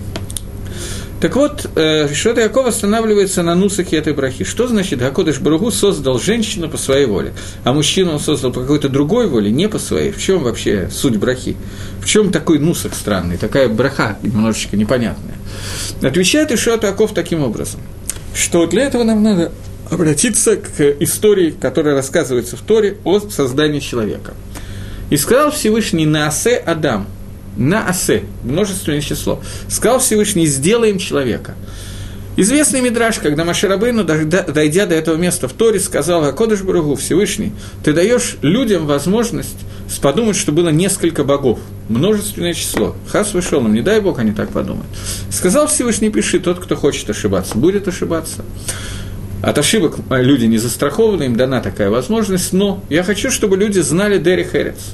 Так вот, Ишот Яаков останавливается на нусахе этой брахи. Что значит Гакодеш Барух Ху создал женщину по своей воле, а мужчину он создал по какой-то другой воле, не по своей? В чем вообще суть брахи? В чем такой нусах странный, такая браха немножечко непонятная? Отвечает Ишот Яаков таким образом, что для этого нам надо обратиться к истории, которая рассказывается в Торе о создании человека. «И сказал Всевышний Наасе Адам», Наасе, множественное число. Сказал Всевышний, сделаем человека. Известный мидраш, когда Моше Рабейну, дойдя до этого места в Торе, сказал Акодеш Барух Ху, Всевышний, ты даешь людям возможность подумать, что было несколько богов. Множественное число. Хас вышел, не дай Бог, они так подумают. Сказал Всевышний, пиши, тот, кто хочет ошибаться, будет ошибаться. От ошибок люди не застрахованы, им дана такая возможность, но я хочу, чтобы люди знали Дерих Эрец.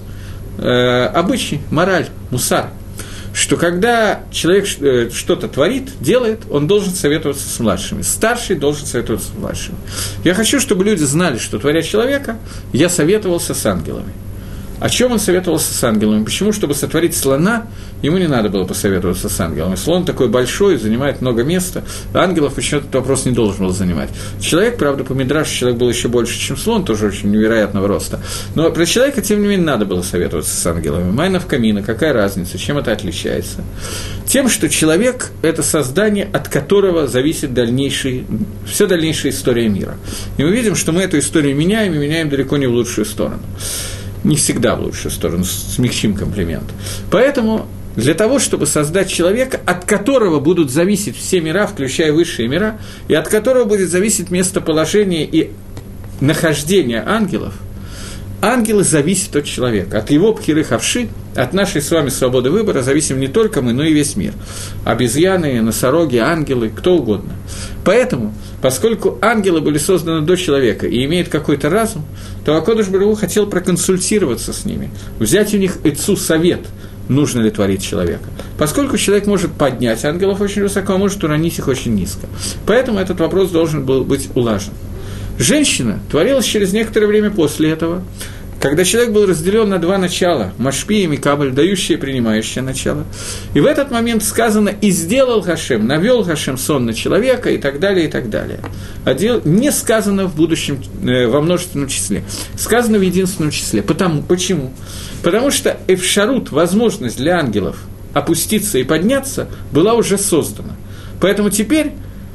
Э, обычай, мораль, мусар, что когда человек что-то творит, делает, он должен советоваться с младшими. Старший должен советоваться с младшими. Я хочу, чтобы люди знали, что, творя человека, я советовался с ангелами. О чем он советовался с ангелами? Почему? Чтобы сотворить слона, ему не надо было посоветоваться с ангелами. Слон такой большой, занимает много места, ангелов почему этот вопрос не должен был занимать. Человек, правда, по мидрашу человек был еще больше, чем слон, тоже очень невероятного роста. Но про человека, тем не менее, надо было советоваться с ангелами. Майнов камина, какая разница, чем это отличается? Тем, что человек – это создание, от которого зависит дальнейший, вся дальнейшая история мира. И мы видим, что мы эту историю меняем, и меняем далеко не в лучшую сторону. Не всегда в лучшую сторону, смягчим комплимент. Поэтому для того, чтобы создать человека, от которого будут зависеть все мира, включая высшие мира, и от которого будет зависеть местоположение и нахождение ангелов, ангелы зависят от человека, от его пхиры хавши, от нашей с вами свободы выбора зависим не только мы, но и весь мир. Обезьяны, носороги, ангелы, кто угодно. Поэтому, поскольку ангелы были созданы до человека и имеют какой-то разум, то Акодеш Барух Ху хотел проконсультироваться с ними, взять у них эцу совет, нужно ли творить человека. Поскольку человек может поднять ангелов очень высоко, а может уронить их очень низко. Поэтому этот вопрос должен был быть улажен. Женщина творилась через некоторое время после этого, когда человек был разделен на два начала, Машпи и Микабль, дающее и принимающее начало. И в этот момент сказано «и сделал Хашем», навел Хашем сон на человека и так далее, и так далее. А дел... не сказано в будущем, э, во множественном числе, сказано в единственном числе. Потому, почему? Потому что эфшарут, возможность для ангелов опуститься и подняться, была уже создана. Поэтому теперь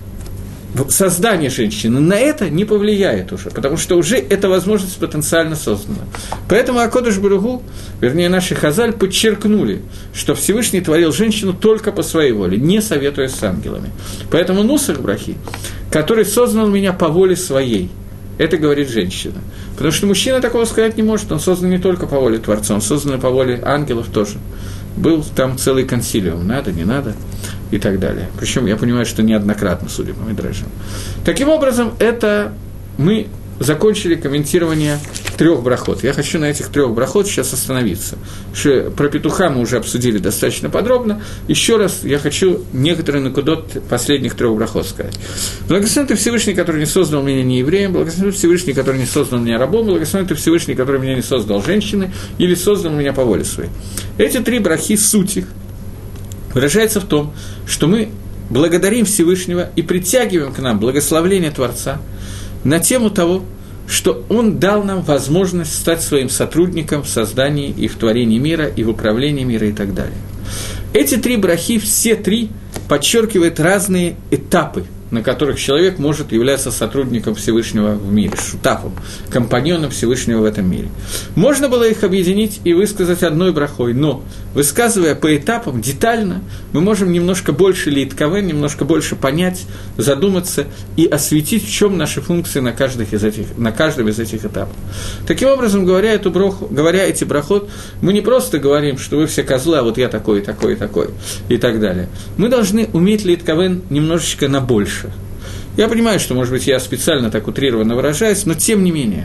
создание женщины на это не повлияет уже, потому что уже эта возможность потенциально создана. Поэтому Акодеш Барух Ху, вернее, наши Хазаль подчеркнули, что Всевышний творил женщину только по своей воле, не советуясь с ангелами. Поэтому нусах брахи, который создал меня по воле своей, это говорит женщина. Потому что мужчина такого сказать не может, он создан не только по воле Творца, он создан и по воле ангелов тоже. Был там целый консилиум, надо, не надо, и так далее. Причем я понимаю, что неоднократно, судя по мидрашам. Таким образом, это мы закончили комментирование трех брахот. Я хочу на этих трех брахот сейчас остановиться. Что про петуха мы уже обсудили достаточно подробно. Еще раз я хочу некоторые накудот последних трех брахот сказать. Благословен ты Всевышний, который не создал меня не евреем, благословен ты Всевышний, который не создал меня рабом, благословен ты Всевышний, который меня не создал женщиной, или создал меня по воле своей. Эти три брахи, суть их, выражается в том, что мы благодарим Всевышнего и притягиваем к нам благословление Творца на тему того, что Он дал нам возможность стать своим сотрудником в создании и в творении мира, и в управлении мира и так далее. Эти три брахи, все три, подчеркивают разные этапы на которых человек может являться сотрудником Всевышнего в мире, шутафом, компаньоном Всевышнего в этом мире. Можно было их объединить и высказать одной брахой, но, высказывая по этапам, детально, мы можем немножко больше лейтковен, немножко больше понять, задуматься и осветить, в чем наши функции на, каждых из этих, на каждом из этих этапов. Таким образом, говоря, эту браху, говоря эти брахот, мы не просто говорим, что вы все козлы, а вот я такой, такой, такой и так далее. Мы должны уметь лейтковен немножечко на больше. Я понимаю, что, может быть, я специально так утрированно выражаюсь, но тем не менее.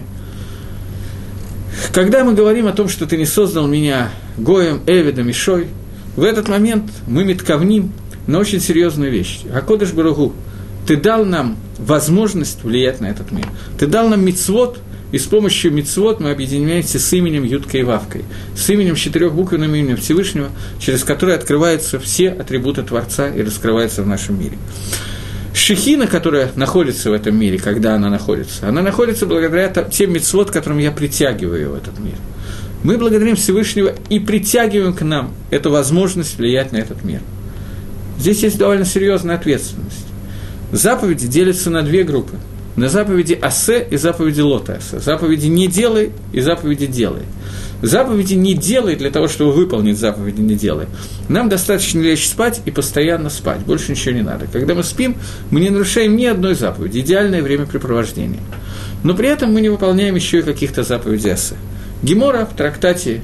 Когда мы говорим о том, что ты не создал меня Гоем, Эвидом, Ишой, в этот момент мы метковним на очень серьезную вещь. Акодыш Баругу, ты дал нам возможность влиять на этот мир. Ты дал нам мицвот, и с помощью мицвот мы объединяемся с именем Юткой и Вавкой, с именем четырехбуквенным именем Всевышнего, через которое открываются все атрибуты Творца и раскрываются в нашем мире. Шехина, которая находится в этом мире, когда она находится, она находится благодаря тем мицвот, которым я притягиваю ее в этот мир. Мы благодарим Всевышнего и притягиваем к нам эту возможность влиять на этот мир. Здесь есть довольно серьезная ответственность. Заповеди делятся на две группы. На заповеди «асе» и заповеди «лота асе». Заповеди «не делай» и заповеди «делай». Заповеди «не делай» для того, чтобы выполнить заповеди «не делай». Нам достаточно лечь спать и постоянно спать, больше ничего не надо. Когда мы спим, мы не нарушаем ни одной заповеди, идеальное времяпрепровождение. Но при этом мы не выполняем еще и каких-то заповедей «асе». Гемора в трактате...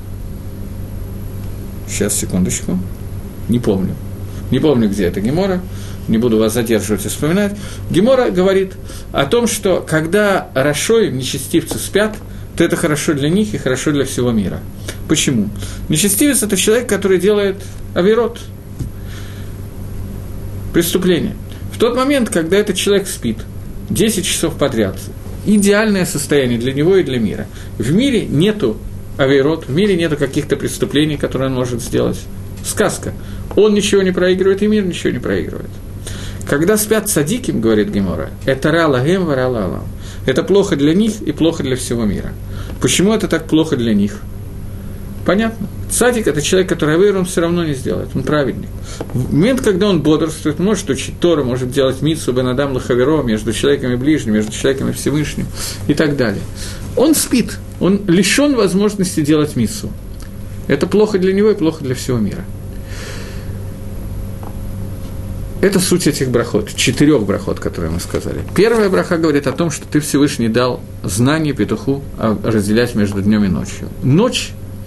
Сейчас, секундочку. Не помню. Не помню, где это Гемора. Не буду вас задерживать и вспоминать. Гемора говорит о том, что когда рашой, нечестивцы спят, то это хорошо для них и хорошо для всего мира. Почему? Нечестивец – это человек, который делает авирот, преступление. В тот момент, когда этот человек спит десять часов подряд, идеальное состояние для него и для мира. В мире нету авирот, в мире нету каких-то преступлений, которые он может сделать. Сказка. Он ничего не проигрывает, и мир ничего не проигрывает. Когда спят цадиким, говорит Гемора, это ра лагем ва ра лалам. Это плохо для них и плохо для всего мира. Почему это так плохо для них? Понятно. Цадик – это человек, который авейр, он все равно не сделает, он праведник. В момент, когда он бодрствует, может учить Тору, может делать митцву бен адам лахаверо между человеком и ближним, между человеком и Всевышним и так далее. Он спит, он лишен возможности делать митцву. Это плохо для него и плохо для всего мира. Это суть этих брахот, четырех брахот, которые мы сказали. Первая браха говорит о том, что ты Всевышний дал знание петуху разделять между днем и ночью. Ночь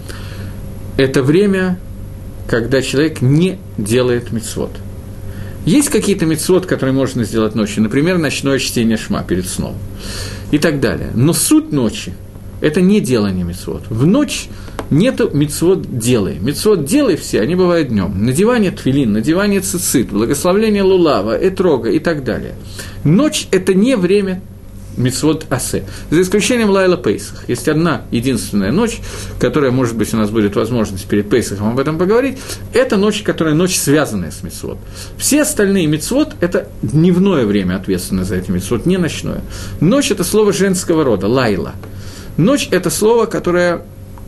– это время, когда человек не делает мицвот. Есть какие-то мицвот, которые можно сделать ночью, например, ночное чтение шма перед сном и так далее. Но суть ночи – это не делание мицвот. В ночь нету мицвот делай. Мицвот делай все, они бывают днем. Надевание тфилин, надевание цицит, благословление лулава, этрога и так далее. Ночь – это не время мицвот асе. За исключением Лайла Пейсах. Есть одна единственная ночь, которая, может быть, у нас будет возможность перед Пейсахом об этом поговорить. Это ночь, которая ночь, связанная с мицвот. Все остальные мицвот – это дневное время ответственное за эти мицвот, не ночное. Ночь – это слово женского рода, лайла. Ночь – это слово, которое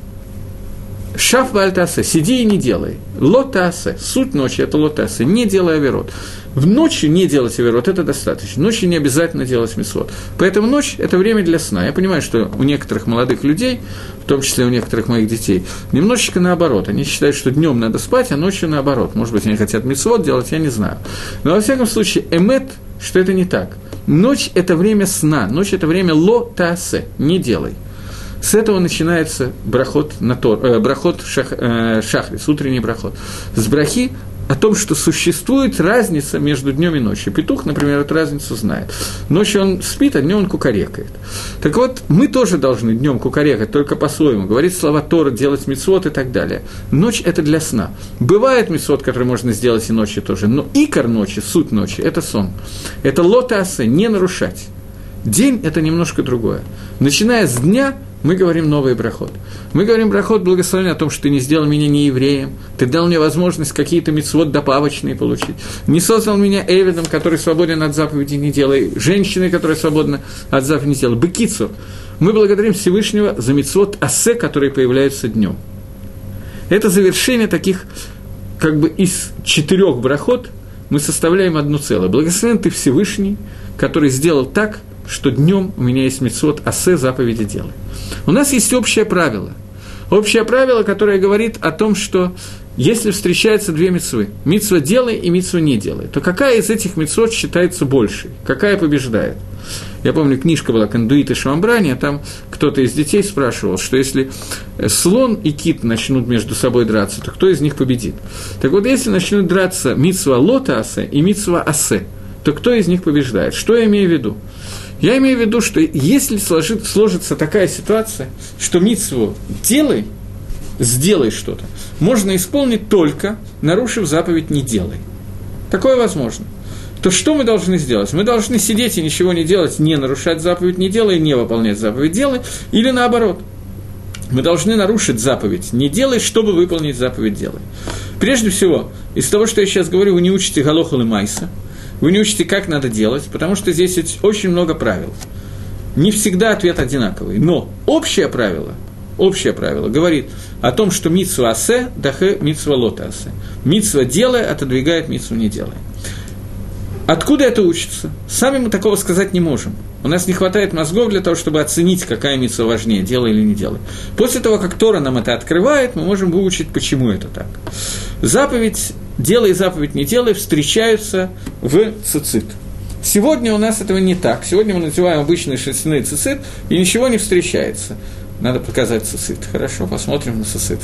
«шаф вальтасе» – «сиди и не делай». «Лотасе» – суть ночи – это «лотасе» – «не делай аверот». В ночью не делать аверот – это достаточно. Ночью не обязательно делать мицвот. Поэтому ночь – это время для сна. Я понимаю, что у некоторых молодых людей, в том числе у некоторых моих детей, немножечко наоборот. Они считают, что днем надо спать, а ночью наоборот. Может быть, они хотят мицвот делать, я не знаю. Но, во всяком случае, эмет, что это не так. Ночь – это время сна. Ночь – это время лотасе – «не делай». С этого начинается брахот, на тор, э, брахот шах, э, шахрис, утренний брахот. С брахи о том, что существует разница между днем и ночью. Петух, например, эту разницу знает. Ночью он спит, а днем он кукарекает. Так вот, мы тоже должны днем кукарекать, только по-своему, говорить слова Тора, делать мицвот и так далее. Ночь – это для сна. Бывает мицвот, который можно сделать и ночью тоже, но икор ночи, суть ночи – это сон. Это лотасе, не нарушать. День – это немножко другое. Начиная с дня, мы говорим новый брахот. Мы говорим брахот благословения о том, что ты не сделал меня не евреем, ты дал мне возможность какие-то мицвот добавочные получить, не создал меня эвидом, который свободен от заповеди не делай, женщиной, которая свободна от заповеди не делай. Бекицу. Мы благодарим Всевышнего за мицвот асе, которые появляются днем. Это завершение таких, как бы из четырех брахот, мы составляем одно целое. Благословен ты Всевышний, который сделал так, что днем у меня есть мицвот асе, заповеди делай. У нас есть общее правило. Общее правило, которое говорит о том, что если встречаются две мицвы, мицва делай и мицва не делай, то какая из этих мицвот считается большей? Какая побеждает? Я помню, книжка была «Кондуит и Швамбрани», а там кто-то из детей спрашивал, что если слон и кит начнут между собой драться, то кто из них победит? Так вот, если начнут драться мицва лота асе и мицва асе, то кто из них побеждает? Что я имею в виду? Я имею в виду, что если сложит, сложится такая ситуация, что мицву делай, сделай что-то, можно исполнить только, нарушив заповедь «не делай». Такое возможно. То что мы должны сделать? Мы должны сидеть и ничего не делать, не нарушать заповедь «не делай», не выполнять заповедь «делай», или наоборот. Мы должны нарушить заповедь «не делай», чтобы выполнить заповедь «делай». Прежде всего, из того, что я сейчас говорю, вы не учите галоху и майса, вы не учите, как надо делать, потому что здесь очень много правил. Не всегда ответ одинаковый, но общее правило, общее правило говорит о том, что мицва асе, дахе мицва лота асе. Мицва делай, отодвигает мицву не делай. Откуда это учится? Сами мы такого сказать не можем. У нас не хватает мозгов для того, чтобы оценить, какая мицва важнее, делай или не делай. После того, как Тора нам это открывает, мы можем выучить, почему это так. Заповедь «делай» и заповедь «не делай» встречаются в цицит. Сегодня у нас этого не так. Сегодня мы называем обычный шерстяной цицит, и ничего не встречается. Надо показать цицит. Хорошо, посмотрим на цицит.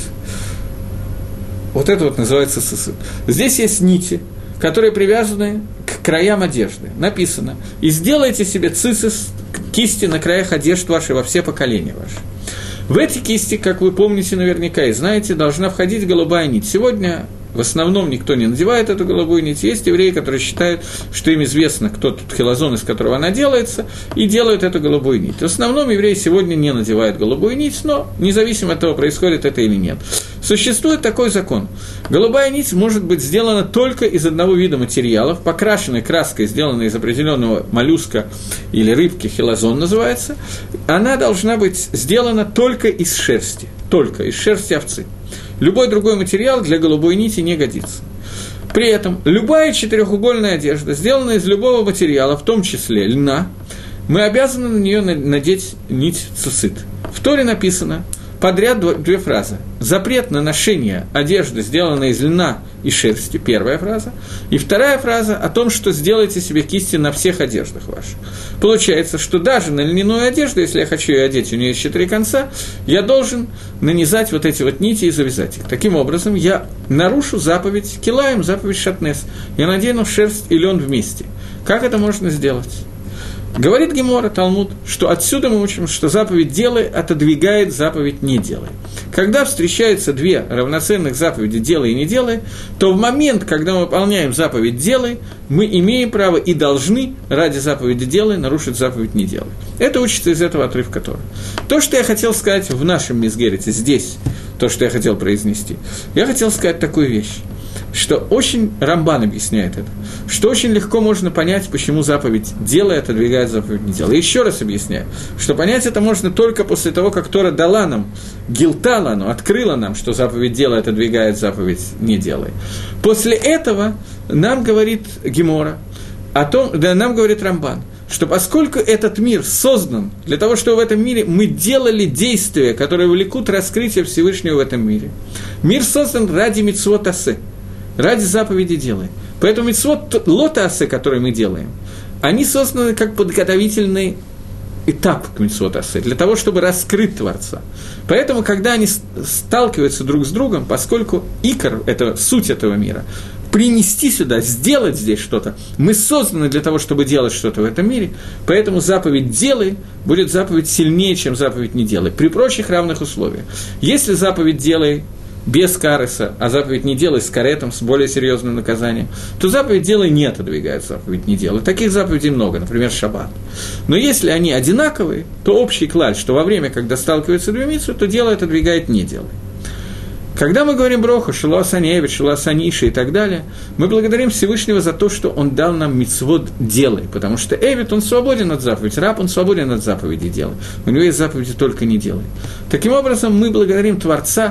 Вот это вот называется цицит. Здесь есть нити, которые привязаны к краям одежды. Написано: «И сделайте себе цицис, кисти на краях одежд вашей во все поколения ваши». В эти кисти, как вы помните наверняка и знаете, должна входить голубая нить. Сегодня в основном никто не надевает эту голубую нить. Есть евреи, которые считают, что им известно, кто тут хилазон, из которого она делается, и делают эту голубую нить. В основном евреи сегодня не надевают голубую нить, но независимо от того, происходит это или нет. Существует такой закон. Голубая нить может быть сделана только из одного вида материалов, покрашенной краской, сделанной из определенного моллюска или рыбки, хилазон называется. Она должна быть сделана только из шерсти, только из шерсти овцы. Любой другой материал для голубой нити не годится. При этом любая четырехугольная одежда, сделанная из любого материала, в том числе льна, мы обязаны на нее надеть нить цицит. В Торе написано подряд две фразы. Запрет на ношение одежды, сделанной из льна и шерсти, первая фраза. И вторая фраза о том, что сделайте себе кисти на всех одеждах ваших. Получается, что даже на льняную одежду, если я хочу ее одеть, у нее есть четыре конца, я должен нанизать вот эти вот нити и завязать их. Таким образом, я нарушу заповедь килаем, заповедь шатнес. Я надену шерсть и лен вместе. Как это можно сделать? Говорит Гемора, Талмуд, что отсюда мы учим, что заповедь «делай» отодвигает заповедь «не делай». Когда встречаются две равноценных заповеди «делай» и «не делай», то в момент, когда мы выполняем заповедь «делай», мы имеем право и должны ради заповеди «делай» нарушить заповедь «не делай». Это учится из этого отрывка Торы. То, что я хотел сказать в нашем мизгерите здесь, то, что я хотел произнести, я хотел сказать такую вещь, что очень Рамбан объясняет это, что очень легко можно понять, почему заповедь «делай» отодвигает заповедь «не делай». Еще раз объясняю, что понять это можно только после того, как Тора дала нам, гилтала, ну, открыла нам, что заповедь «делай» отодвигает заповедь «не делай». После этого нам говорит Гемора, о том, да, нам говорит Рамбан, что поскольку этот мир создан для того, чтобы в этом мире мы делали действия, которые влекут раскрытие Всевышнего в этом мире, мир создан ради мицвот асе, ради заповеди «делай». Поэтому мицвот лота асе, которые мы делаем, они созданы как подготовительный этап к мицвот асе, для того, чтобы раскрыть Творца. Поэтому, когда они сталкиваются друг с другом, поскольку икор – это суть этого мира, принести сюда, сделать здесь что-то, мы созданы для того, чтобы делать что-то в этом мире, поэтому заповедь «делай» будет заповедь сильнее, чем заповедь «не делай», при прочих равных условиях. Если заповедь «делай» без кареса, а заповедь «не делай» с каретом, с более серьезным наказанием, то заповедь «делай» не отодвигает заповедь «не делай». Таких заповедей много, например, шаббат. Но если они одинаковые, то общий клаль, что во время, когда сталкиваются две мицвы, то «делай» отодвигает «не делай». Когда мы говорим броху, шело асаневит, шело асаниши и так далее, мы благодарим Всевышнего за то, что Он дал нам мицвот «делай», потому что эвит, он свободен от заповеди, раб, он свободен от заповеди «делай». У него есть заповеди «только не делай». Таким образом, мы благодарим Творца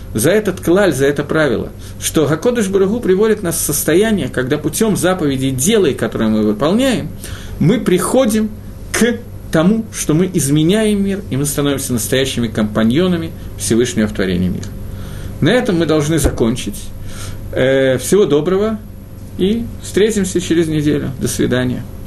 за этот клаль, за это правило, что Гакодыш Барух Ху приводит нас в состояние, когда путем заповедей «делай», которые мы выполняем, мы приходим к тому, что мы изменяем мир, и мы становимся настоящими компаньонами Всевышнего в творении мира. На этом мы должны закончить. Всего доброго, и встретимся через неделю. До свидания.